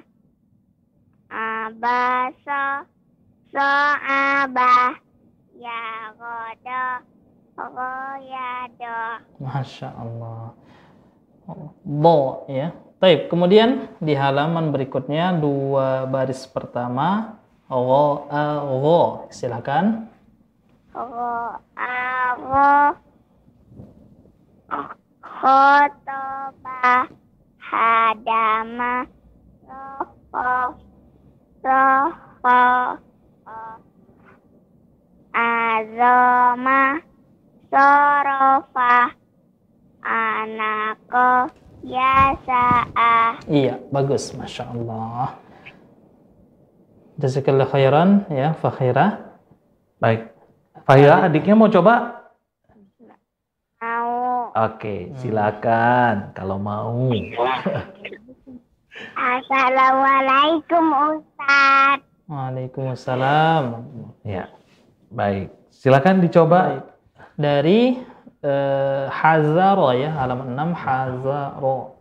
Speaker 9: abasa so'abah ya godo goyado.
Speaker 3: Masya Allah. Bo ya. Baik, kemudian di halaman berikutnya dua baris pertama ro a ro, silakan.
Speaker 9: Ro aro khotoba hadama roho roho azoma sorofa anako yasa'a.
Speaker 3: Iya, bagus, Masya Allah. Jazakallah khairan ya, Fakhira.
Speaker 2: Baik. Fahira, adiknya mau coba?
Speaker 9: Mau.
Speaker 2: Oke, silakan kalau mau.
Speaker 9: Assalamualaikum Ustaz.
Speaker 3: Waalaikumsalam.
Speaker 2: Ya, baik. Silakan dicoba.
Speaker 3: Baik. Dari eh, Hazaro ya, halaman enam Hazaro.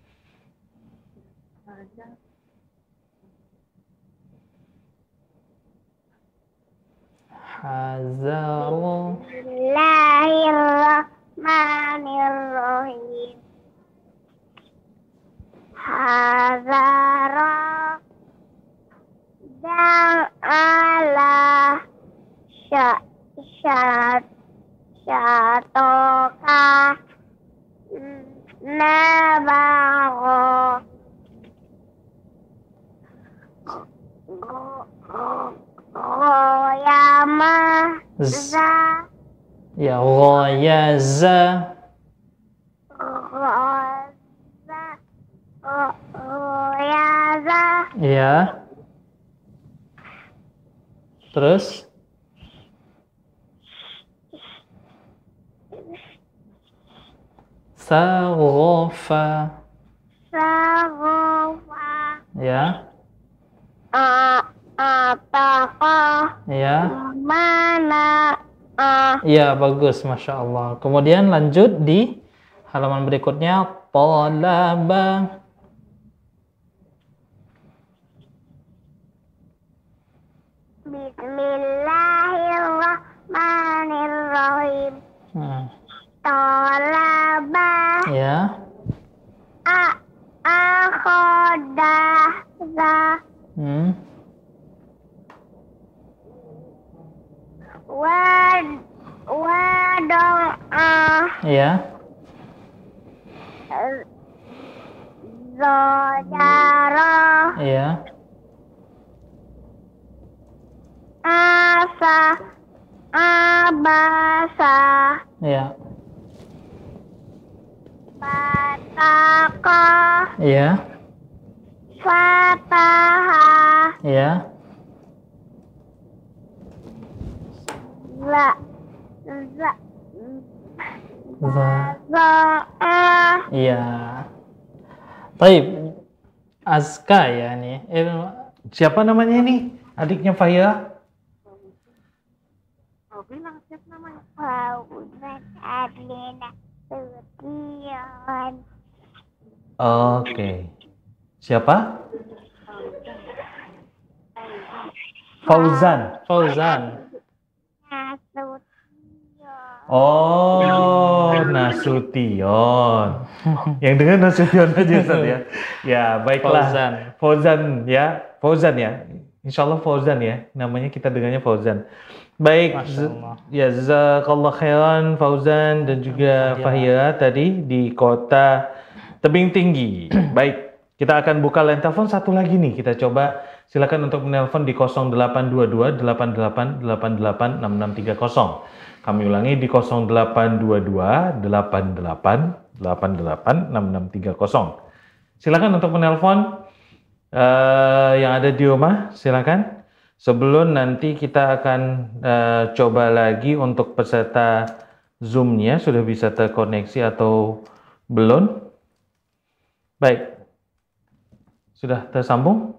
Speaker 3: Hazaro.
Speaker 9: Bismillahirrahmanirrahim. Hazara ja'ala sya syat syatoka nabago goyama
Speaker 3: Z-
Speaker 9: za
Speaker 3: Ya, ghayaza.
Speaker 9: goza goyaza
Speaker 3: Ya. Terus Saghafa.
Speaker 9: sagofa
Speaker 3: Ya.
Speaker 9: a apakah
Speaker 3: Ya.
Speaker 9: mana a
Speaker 3: Ya, bagus, Masya Allah. Kemudian lanjut di halaman berikutnya. Talaba.
Speaker 9: Bismillahirrahmanirrahim.
Speaker 3: Hmm.
Speaker 9: Tolaba
Speaker 3: Ya.
Speaker 9: a akhoda za
Speaker 3: Hmm.
Speaker 9: wad wad doa.
Speaker 3: Ya.
Speaker 9: Saudara.
Speaker 3: Ya.
Speaker 9: Asa. Abasa.
Speaker 3: Ya.
Speaker 9: Pataka.
Speaker 3: Ya.
Speaker 9: Fataha.
Speaker 3: Ya.
Speaker 9: Za. Za.
Speaker 3: Za.
Speaker 9: Za'ah.
Speaker 3: Iya. Baik. Azka ya nih. Eh,
Speaker 2: Siapa namanya ini? Adiknya Fahira?
Speaker 1: Bilang siapa namanya?
Speaker 9: Fauzan Arlina Sution.
Speaker 2: Oke. Siapa? Fauzan.
Speaker 3: Fauzan.
Speaker 9: Nasution.
Speaker 2: Oh, Nasution. Yang dengan Nasution aja Ustaz ya. Ya, baiklah.
Speaker 3: Fauzan.
Speaker 2: Fauzan ya. Fauzan ya. Insya Allah Fauzan ya. Namanya kita dengarnya Fauzan. Baik.
Speaker 3: Masya Allah.
Speaker 2: Ya, jazakallah khairan Fauzan dan juga Fahira tadi di kota Tebing Tinggi. Baik. Kita akan buka line telepon satu lagi nih. Kita coba silakan untuk menelpon di nol delapan dua dua delapan delapan delapan delapan enam enam tiga nol. Kami ulangi di nol delapan dua dua delapan delapan delapan delapan enam enam tiga nol. Silakan untuk menelpon uh, yang ada di rumah, silakan. Sebelum nanti kita akan uh, coba lagi untuk peserta Zoom-nya sudah bisa terkoneksi atau belum. Baik. Sudah tersambung?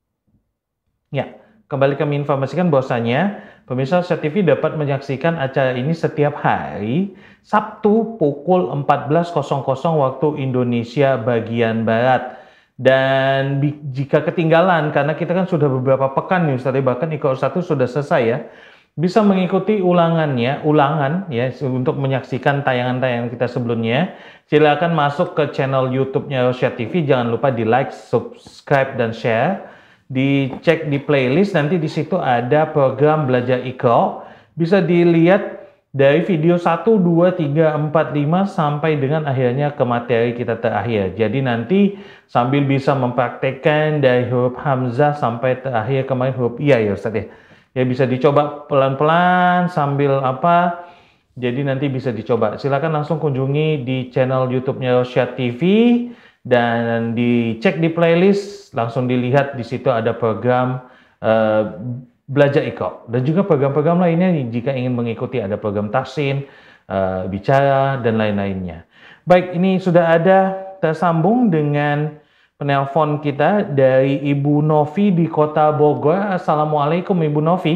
Speaker 2: Ya, kembali kami informasikan bahwasanya pemirsa Syah T V dapat menyaksikan acara ini setiap hari Sabtu pukul empat belas waktu Indonesia bagian Barat. Dan jika ketinggalan, karena kita kan sudah beberapa pekan nih Ustaz, bahkan Iqra satu sudah selesai ya, bisa mengikuti ulangannya, ulangan ya, untuk menyaksikan tayangan-tayangan kita sebelumnya. Silakan masuk ke channel YouTube-nya Syah T V, jangan lupa di like, subscribe, dan share. Dicek di playlist, nanti di situ ada program Belajar Iqra. Bisa dilihat dari video satu, dua, tiga, empat, lima sampai dengan akhirnya ke materi kita terakhir. Jadi nanti sambil bisa mempraktekkan dari huruf Hamzah sampai terakhir kemarin huruf Iya ya Ustaz ya. Ya bisa dicoba pelan-pelan sambil apa. Jadi nanti bisa dicoba. Silakan langsung kunjungi di channel YouTube-nya Syah T V dan dicek di playlist, langsung dilihat di situ ada program uh, Belajar Iqra dan juga program-program lainnya jika ingin mengikuti, ada program tahsin, uh, bicara dan lain-lainnya. Baik, ini sudah ada tersambung dengan penelpon kita dari Ibu Novi di Kota Bogor. Assalamualaikum Ibu Novi.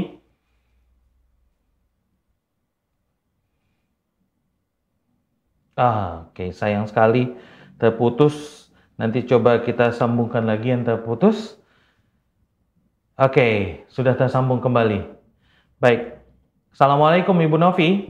Speaker 2: Ah, oke, okay. Sayang sekali terputus. Nanti coba kita sambungkan lagi yang terputus. Oke, okay. Sudah tersambung kembali. Baik. Assalamualaikum Ibu Novi.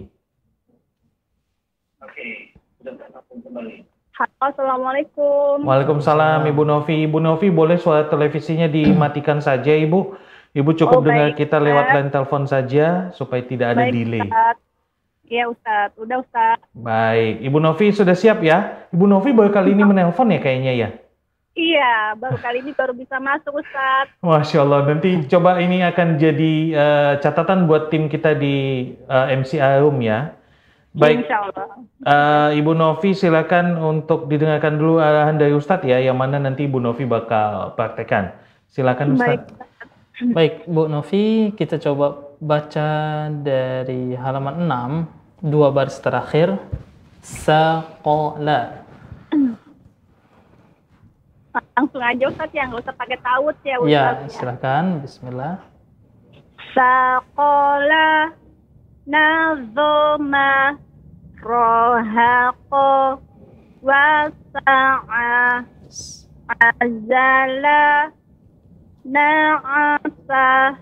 Speaker 2: Oke, okay. Sudah tersambung kembali.
Speaker 7: Halo, Assalamualaikum.
Speaker 2: Waalaikumsalam Ibu Novi. Ibu Novi, boleh suara televisinya dimatikan saja Ibu. Ibu cukup
Speaker 7: Oh,
Speaker 2: dengar
Speaker 7: baik,
Speaker 2: kita lewat
Speaker 7: Ustaz.
Speaker 2: line telepon saja supaya tidak ada
Speaker 7: Baik,
Speaker 2: delay.
Speaker 7: Ustaz. Iya Ustaz, udah Ustaz.
Speaker 2: Baik, Ibu Novi sudah siap ya? Ibu Novi baru kali ini menelpon ya kayaknya ya?
Speaker 7: Iya, baru kali ini baru bisa masuk Ustaz.
Speaker 2: Masya Allah, nanti coba ini akan jadi uh, catatan buat tim kita di uh, M C A Room ya. Baik,
Speaker 7: Insya Allah.
Speaker 2: uh, Ibu Novi silakan untuk didengarkan dulu arahan dari Ustadz ya, yang mana nanti Ibu Novi bakal praktekkan. Silakan Ustadz.
Speaker 7: Baik.
Speaker 3: Baik, Bu Novi, kita coba baca dari halaman enam, dua baris terakhir. Saqala.
Speaker 7: Langsung aja Ustaz ya, nggak usah pakai taut ya Ustaz.
Speaker 3: Ya, silakan. Bismillah.
Speaker 7: Saqala nazoma rohaqo wasa'a azala na'asa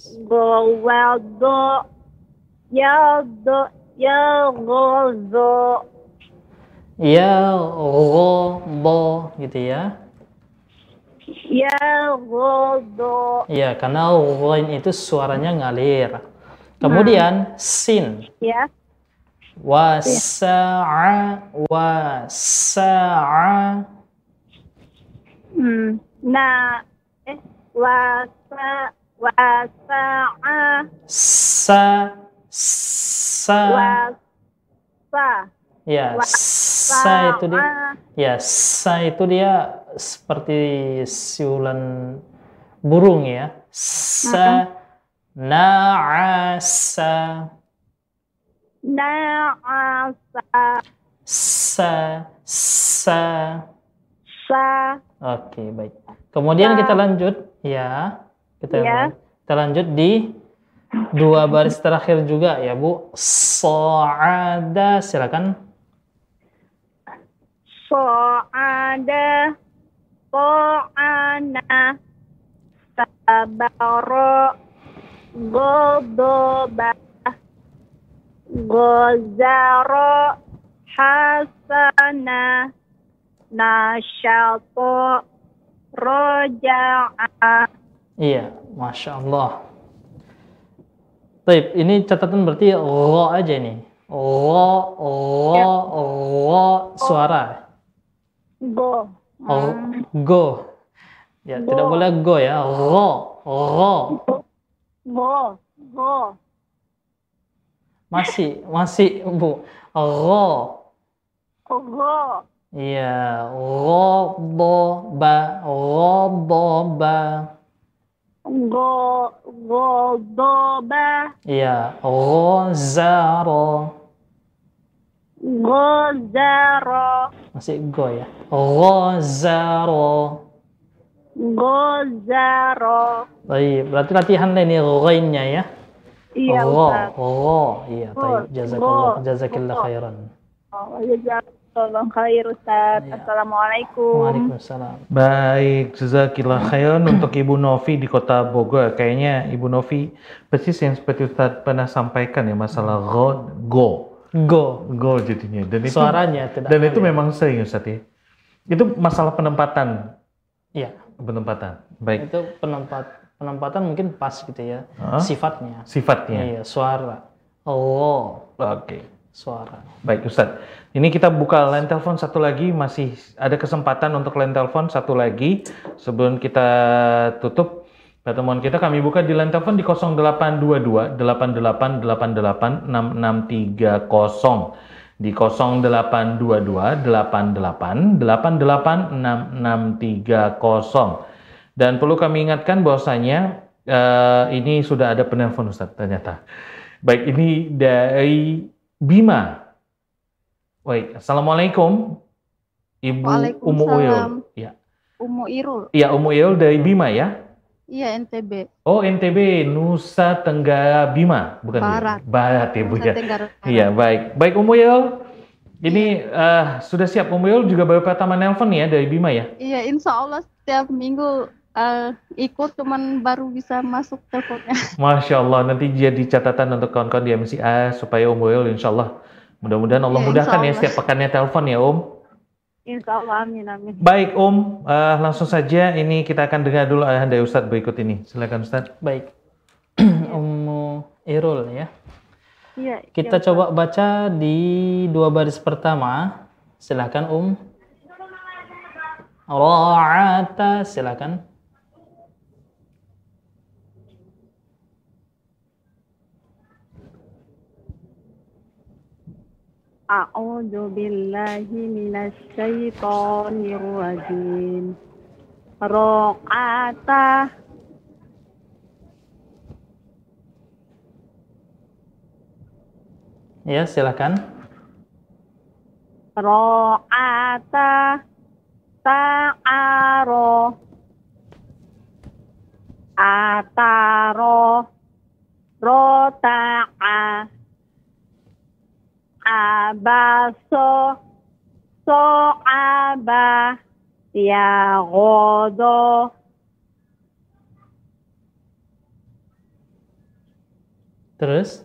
Speaker 7: gawado yado yagozo
Speaker 3: Ya, ghodo gitu ya.
Speaker 7: yagozo.
Speaker 3: Ya, karena ghain itu suaranya ngalir. Kemudian sin.
Speaker 7: Ya.
Speaker 3: Wasa'a, wasa'a.
Speaker 7: Hmm. Nah, eh, wasa, wasa'a.
Speaker 3: Sa, sa.
Speaker 7: Wasa.
Speaker 3: Ya, sa itu dia. Ya, sa itu dia seperti siulan burung ya. Sa, na'asa.
Speaker 7: Na'asa.
Speaker 3: Sa, sa.
Speaker 7: Sa.
Speaker 3: Oke, baik. Kemudian kita lanjut ya. Kita,
Speaker 7: Ya.
Speaker 3: kita lanjut di dua baris terakhir juga ya, Bu. Sa'ada, silakan.
Speaker 7: So'ada. So'ana. Sabaro. Godoba. Gozaro. Hasana. Nasyato. Roja'a.
Speaker 3: Iya, Masya Allah. Baik, ini catatan berarti ro aja nih. Ro, ro, ro, suara.
Speaker 7: Go.
Speaker 3: Oh, go. Ya,
Speaker 7: Go.
Speaker 3: tidak boleh go ya. Ro, ro.
Speaker 7: Go. Go.
Speaker 3: Masih, masih, Bu. Ro.
Speaker 7: Go.
Speaker 3: Iya, ro, bo, ba, ro, bo, ba.
Speaker 7: Go. Godoba.
Speaker 3: Iya, ro, zaro.
Speaker 7: Gozaro.
Speaker 3: Masih go ya. Ro, zaro.
Speaker 7: Gozaro.
Speaker 3: Baik, berarti latihan ini ro-nya ya.
Speaker 7: Iya,
Speaker 3: Ro,
Speaker 7: Ustaz.
Speaker 3: ro. Iya,
Speaker 7: Go,
Speaker 3: baik. Jazakallah,
Speaker 7: go,
Speaker 3: jazakillah
Speaker 7: go.
Speaker 3: khairan.
Speaker 7: Oh, jazakallah khair, Ustaz. Assalamualaikum.
Speaker 3: Waalaikumsalam.
Speaker 2: Baik, jazakillah khairan untuk Ibu Novi di Kota Bogor. Kayaknya Ibu Novi persis yang seperti Ustaz pernah sampaikan ya, masalah go, go.
Speaker 3: Go.
Speaker 2: Go jadinya. Dan itu
Speaker 3: Suaranya tidak
Speaker 2: Dan itu
Speaker 3: boleh.
Speaker 2: memang sering Ustaz ya. Itu masalah penempatan.
Speaker 3: Iya.
Speaker 2: Penempatan. Baik.
Speaker 3: Itu penempat penempatan mungkin pas gitu ya.
Speaker 2: Hah?
Speaker 3: Sifatnya.
Speaker 2: Sifatnya.
Speaker 3: Iya, suara. Oh.
Speaker 2: Oke.
Speaker 3: Suara.
Speaker 2: Baik Ustadz, ini kita buka line telepon satu lagi, masih ada kesempatan untuk line telepon satu lagi sebelum kita tutup pertemuan kita. Kami buka di line telepon di nol delapan dua dua delapan delapan delapan delapan enam enam tiga nol di nol delapan dua dua delapan delapan delapan delapan enam enam tiga nol. Dan perlu kami ingatkan bahwasanya uh, ini sudah ada penelpon Ustadz ternyata. Baik, ini dari Bima. Baik, assalamualaikum, Ibu Umu Uyul. Ya,
Speaker 11: Umu Irul.
Speaker 2: ya Umu Uyul dari Bima ya.
Speaker 11: Iya, N T B.
Speaker 2: Oh, N T B, Nusa Tenggara Bima, bukan
Speaker 11: Barat.
Speaker 2: ya? Barat ya Bu
Speaker 11: Nusa
Speaker 2: ya.
Speaker 11: Tenggara Barat.
Speaker 2: Iya, baik, baik Umu Uyul. Ini uh, sudah siap Umu Uyul juga baru pertama nelpon ya dari Bima ya.
Speaker 11: Iya, insya Allah setiap minggu uh, ikut, cuman baru bisa masuk teleponnya.
Speaker 2: Masya Allah, nanti jadi catatan untuk kawan-kawan di M C A supaya Om Will, insya Allah. Mudah-mudahan Allah
Speaker 11: Ya,
Speaker 2: mudahkan
Speaker 11: insya
Speaker 2: ya
Speaker 11: Allah.
Speaker 2: setiap pekannya telepon ya Om.
Speaker 7: Insya Allah, amin, amin.
Speaker 2: Baik Om, eh, langsung saja ini kita akan dengar dulu arahan dari Ustadz berikut ini. Silakan Ustadz.
Speaker 3: Baik. Ummu Irul ya.
Speaker 7: Iya.
Speaker 3: Kita
Speaker 7: iya,
Speaker 3: coba baca di dua baris pertama. Silakan Um. Ra'ata, silakan.
Speaker 7: A'udzu billahi minasyaitonir rajim. Raqata.
Speaker 3: Ya, silakan.
Speaker 7: Ra'ata. Ta'aro. Ataro. Rota'a. Abaso. So'aba. Yagodo.
Speaker 3: Terus?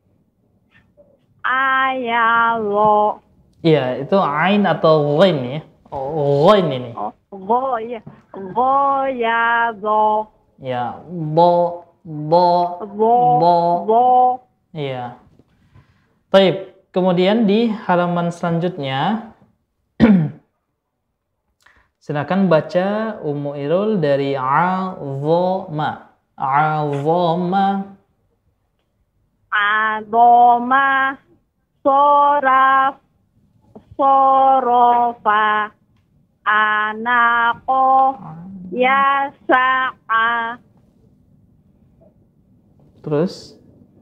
Speaker 7: Ayalo.
Speaker 3: Iya, itu ain atau ghain ya. Oh, ghain ini.
Speaker 7: Oh, go ya. Go ya go.
Speaker 3: Ya, bo, bo,
Speaker 7: Bo.
Speaker 3: bo.
Speaker 7: Bo.
Speaker 3: Iya. Baik, kemudian di halaman selanjutnya silakan baca Ummu Irul dari azoma. Azoma.
Speaker 7: Adoma, soraf, sorofa, anako, yasa'a.
Speaker 3: Terus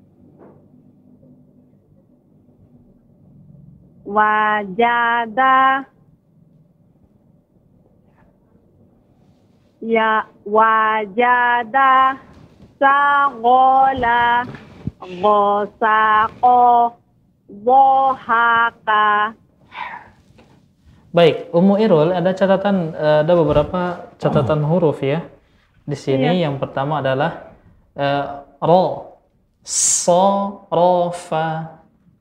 Speaker 7: wajada, ya wajada, sagola, gosako, bohaka.
Speaker 3: Baik, Ummu Irul, ada catatan, ada beberapa catatan huruf ya di sini.
Speaker 7: Iya.
Speaker 3: Yang pertama adalah uh, ro, so, rofa.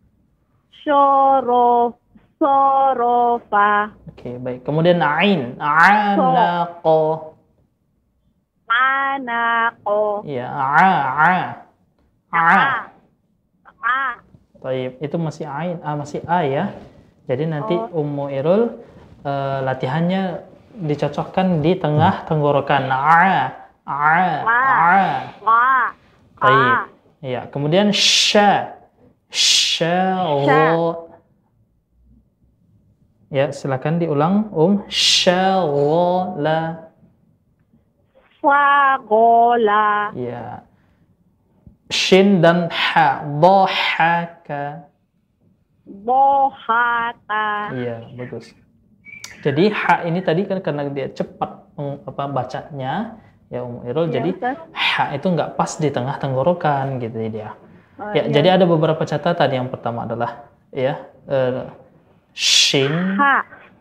Speaker 7: Syorof, sorofa.
Speaker 3: Oke, baik. Kemudian ain, anaqo.
Speaker 7: Anako.
Speaker 3: Ya, a, a, a.
Speaker 7: A.
Speaker 3: Baik, itu masih ain, a masih a ya. Jadi nanti
Speaker 7: Oh.
Speaker 3: Ummu Irul uh, latihannya dicocokkan di tengah tenggorokan. A, a, a.
Speaker 7: Wa.
Speaker 3: Baik. Ya, kemudian sya. Sya. Gho. Ya, silakan diulang Um. Syaghala.
Speaker 7: Fagola.
Speaker 3: Ya. Shin dan ha. Dhahaka.
Speaker 7: Bohaka.
Speaker 3: Iya, bagus. Jadi ha ini tadi kan karena dia cepat meng- apa bacanya ya Ummu Irul,
Speaker 7: Iya,
Speaker 3: jadi
Speaker 7: Ustaz.
Speaker 3: ha itu nggak pas di tengah tenggorokan gitu dia.
Speaker 7: Oh,
Speaker 3: Ya,
Speaker 7: iya.
Speaker 3: jadi ada beberapa catatan. Yang pertama adalah ya eh, shin,
Speaker 7: Ha.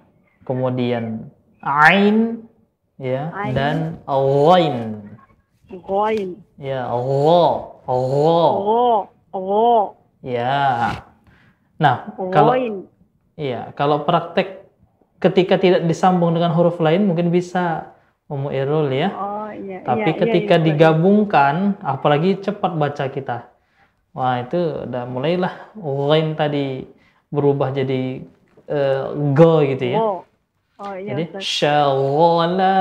Speaker 3: kemudian ain, ya,
Speaker 7: Ain.
Speaker 3: dan ghain.
Speaker 7: Goin.
Speaker 3: Ya, gha, gha.
Speaker 7: Go. Go.
Speaker 3: Ya. Nah, kalau
Speaker 7: Goin.
Speaker 3: iya, kalau praktek ketika tidak disambung dengan huruf lain mungkin bisa Ummu Irul ya.
Speaker 7: Oh iya.
Speaker 3: Tapi
Speaker 7: iya,
Speaker 3: ketika
Speaker 7: iya, iya.
Speaker 3: digabungkan, apalagi cepat baca kita. Wah, itu udah mulailah ghain tadi berubah jadi uh, go gitu ya.
Speaker 7: Go. Oh iya.
Speaker 3: Jadi
Speaker 7: Ustaz.
Speaker 3: syaghala,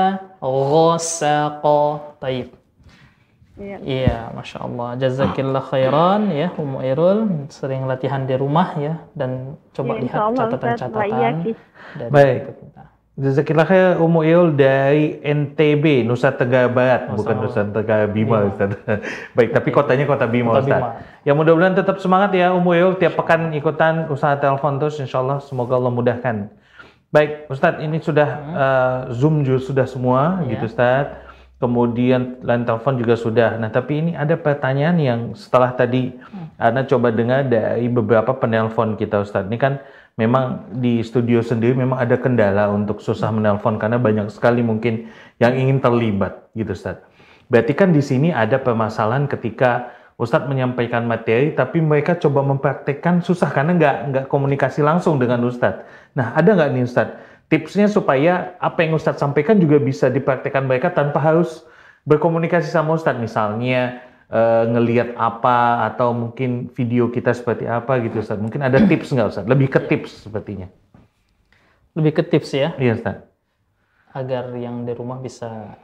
Speaker 3: ghasaqa. Taib.
Speaker 7: Iya.
Speaker 3: Iya, Masya Allah. Jazakillah khairan ya Ummu Irul. Sering latihan di rumah ya. Dan coba
Speaker 7: Iya,
Speaker 3: lihat
Speaker 7: insyaallah, Ustaz.
Speaker 3: catatan-catatan.
Speaker 7: Wa iyaki.
Speaker 3: dari
Speaker 2: Baik.
Speaker 3: buku kita.
Speaker 2: Jazakillah khair Ummu Irul dari N T B, Nusa Tenggara Barat,
Speaker 3: Oh,
Speaker 2: bukan
Speaker 3: sama.
Speaker 2: Nusa Tenggara Bima,
Speaker 3: Bima.
Speaker 2: Ustaz. Baik, tapi kotanya kota Bima,
Speaker 3: Kota
Speaker 2: Ustaz.
Speaker 3: Bima.
Speaker 2: Ya mudah-mudahan tetap semangat ya Ummu Irul, tiap pekan ikutan usaha telepon terus, insyaallah semoga Allah mudahkan. Baik, Ustaz, ini sudah uh, Zoom juga sudah semua
Speaker 3: Ya.
Speaker 2: gitu, Ustaz. Kemudian line telepon juga sudah. Nah, tapi ini ada pertanyaan yang setelah tadi Ana coba dengar dari beberapa penelpon kita, Ustaz. Ini kan memang di studio sendiri memang ada kendala untuk susah menelpon karena banyak sekali mungkin yang ingin terlibat gitu, Ustaz. Berarti kan di sini ada permasalahan ketika Ustadz menyampaikan materi tapi mereka coba mempraktekkan susah karena nggak nggak komunikasi langsung dengan Ustadz. Nah, ada nggak nih Ustadz tipsnya supaya apa yang Ustadz sampaikan juga bisa dipraktekkan mereka tanpa harus berkomunikasi sama Ustadz, misalnya eh, ngelihat apa atau mungkin video kita seperti apa gitu, Ustadz. Mungkin ada tips nggak, Ustadz? Lebih ke tips sepertinya.
Speaker 3: Lebih ke tips ya,
Speaker 2: Iya, Ustadz.
Speaker 3: agar yang di rumah bisa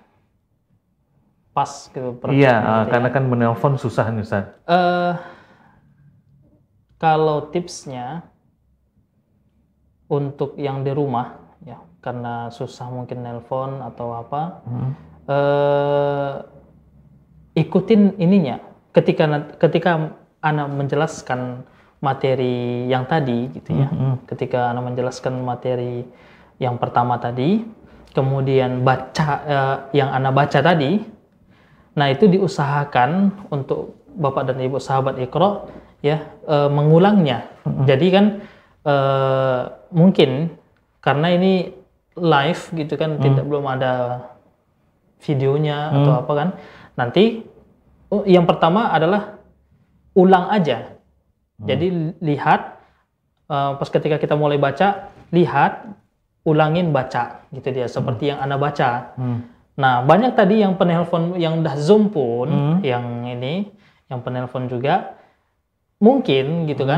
Speaker 3: pas gitu.
Speaker 2: Iya,
Speaker 3: prakteknya
Speaker 2: eh,
Speaker 3: gitu
Speaker 2: karena
Speaker 3: ya.
Speaker 2: kan menelpon susah nih, Ustadz.
Speaker 3: Eh, kalau tipsnya untuk yang di rumah ya, karena susah mungkin nelpon atau apa,
Speaker 2: Hmm.
Speaker 3: eh, ikutin ininya. Ketika ketika Ana menjelaskan materi yang tadi gitu ya,
Speaker 2: Mhm.
Speaker 3: ketika Ana menjelaskan materi yang pertama tadi, kemudian baca eh, yang Ana baca tadi, nah itu diusahakan untuk Bapak dan Ibu sahabat Iqra ya eh, mengulangnya. Jadi kan eh, mungkin karena ini live gitu kan,
Speaker 2: Hmm.
Speaker 3: tidak belum ada videonya
Speaker 2: Hmm.
Speaker 3: atau apa kan. Nanti oh, yang pertama adalah ulang aja. Jadi lihat eh, pas ketika kita mulai baca, lihat, ulangin baca gitu dia seperti yang Anda baca.
Speaker 2: Hmm.
Speaker 3: Nah, banyak tadi yang penelpon yang udah Zoom pun,
Speaker 2: Hmm.
Speaker 3: yang ini, yang penelpon juga mungkin gitu kan,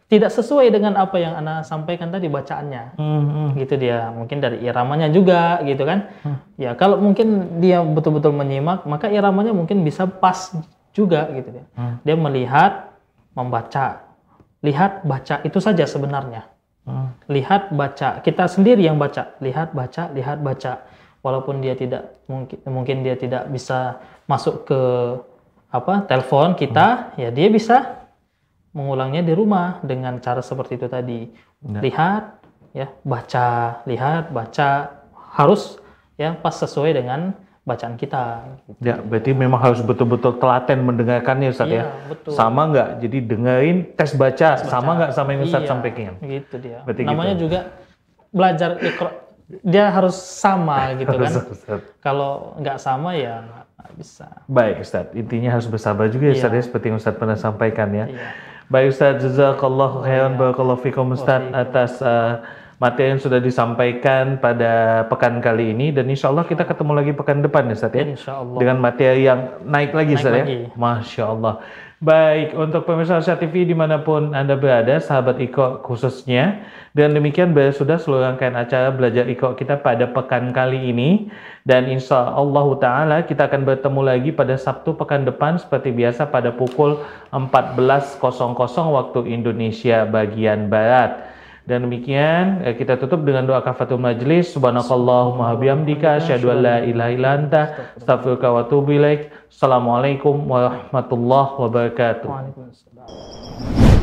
Speaker 3: tidak sesuai dengan apa yang Ana sampaikan tadi bacaannya.
Speaker 2: Hmm.
Speaker 3: Gitu dia. Mungkin dari iramanya juga gitu kan.
Speaker 2: Hmm.
Speaker 3: Ya kalau mungkin dia betul-betul menyimak, maka iramanya mungkin bisa pas juga gitu dia.
Speaker 2: Hmm.
Speaker 3: Dia melihat, membaca. Lihat, baca, itu saja sebenarnya.
Speaker 2: Hmm.
Speaker 3: Lihat, baca. Kita sendiri yang baca. Lihat, baca, lihat, baca. Walaupun dia tidak mungkin mungkin dia tidak bisa masuk ke apa telepon kita, hmm. ya dia bisa mengulangnya di rumah dengan cara seperti itu tadi.
Speaker 2: Ya.
Speaker 3: Lihat, ya, baca, lihat, baca, harus ya pas sesuai dengan bacaan kita. Gitu.
Speaker 2: Ya, berarti memang harus betul-betul telaten mendengarkannya Ustaz
Speaker 3: Iya,
Speaker 2: ya.
Speaker 3: betul.
Speaker 2: Sama nggak? Jadi dengerin tes baca, tes baca. Sama nggak sama yang Ustaz
Speaker 3: iya,
Speaker 2: sampaikan?
Speaker 3: Gitu dia.
Speaker 2: Berarti
Speaker 3: namanya
Speaker 2: gitu.
Speaker 3: juga belajar Iqra, dia harus sama gitu kan.
Speaker 2: Ustaz.
Speaker 3: Kalau nggak sama ya nggak bisa.
Speaker 2: Baik Ustaz, intinya harus bersabar juga ya Ustaz
Speaker 3: Iya.
Speaker 2: ya, seperti yang Ustaz pernah sampaikan ya.
Speaker 3: Iya.
Speaker 2: Baik Ustaz, jazakallahu khairan,
Speaker 3: Iya.
Speaker 2: barakallahu fikum Ustaz
Speaker 3: Waalaikumsalam.
Speaker 2: atas uh, materi yang sudah disampaikan pada pekan kali ini, dan insya Allah kita ketemu lagi pekan depan ya Ustaz ya.
Speaker 3: Insya Allah.
Speaker 2: Dengan materi yang naik lagi
Speaker 3: Naik
Speaker 2: Ustaz ya.
Speaker 3: lagi.
Speaker 2: Masya Allah. Baik, untuk pemirsa Asia T V dimanapun Anda berada, sahabat Iqra khususnya, dengan demikian sudah seluruh rangkaian acara belajar Iqra kita pada pekan kali ini, dan insya Allah Ta'ala kita akan bertemu lagi pada Sabtu pekan depan seperti biasa pada pukul empat belas waktu Indonesia bagian Barat. Dan demikian kita tutup dengan doa kafatul majlis. Subhanakallahumma bihamdika asyhadu an la ilaha illa anta astaghfiruka wa atubu ilaik. Assalamualaikum warahmatullahi wabarakatuh.
Speaker 3: Waalaikumsalam.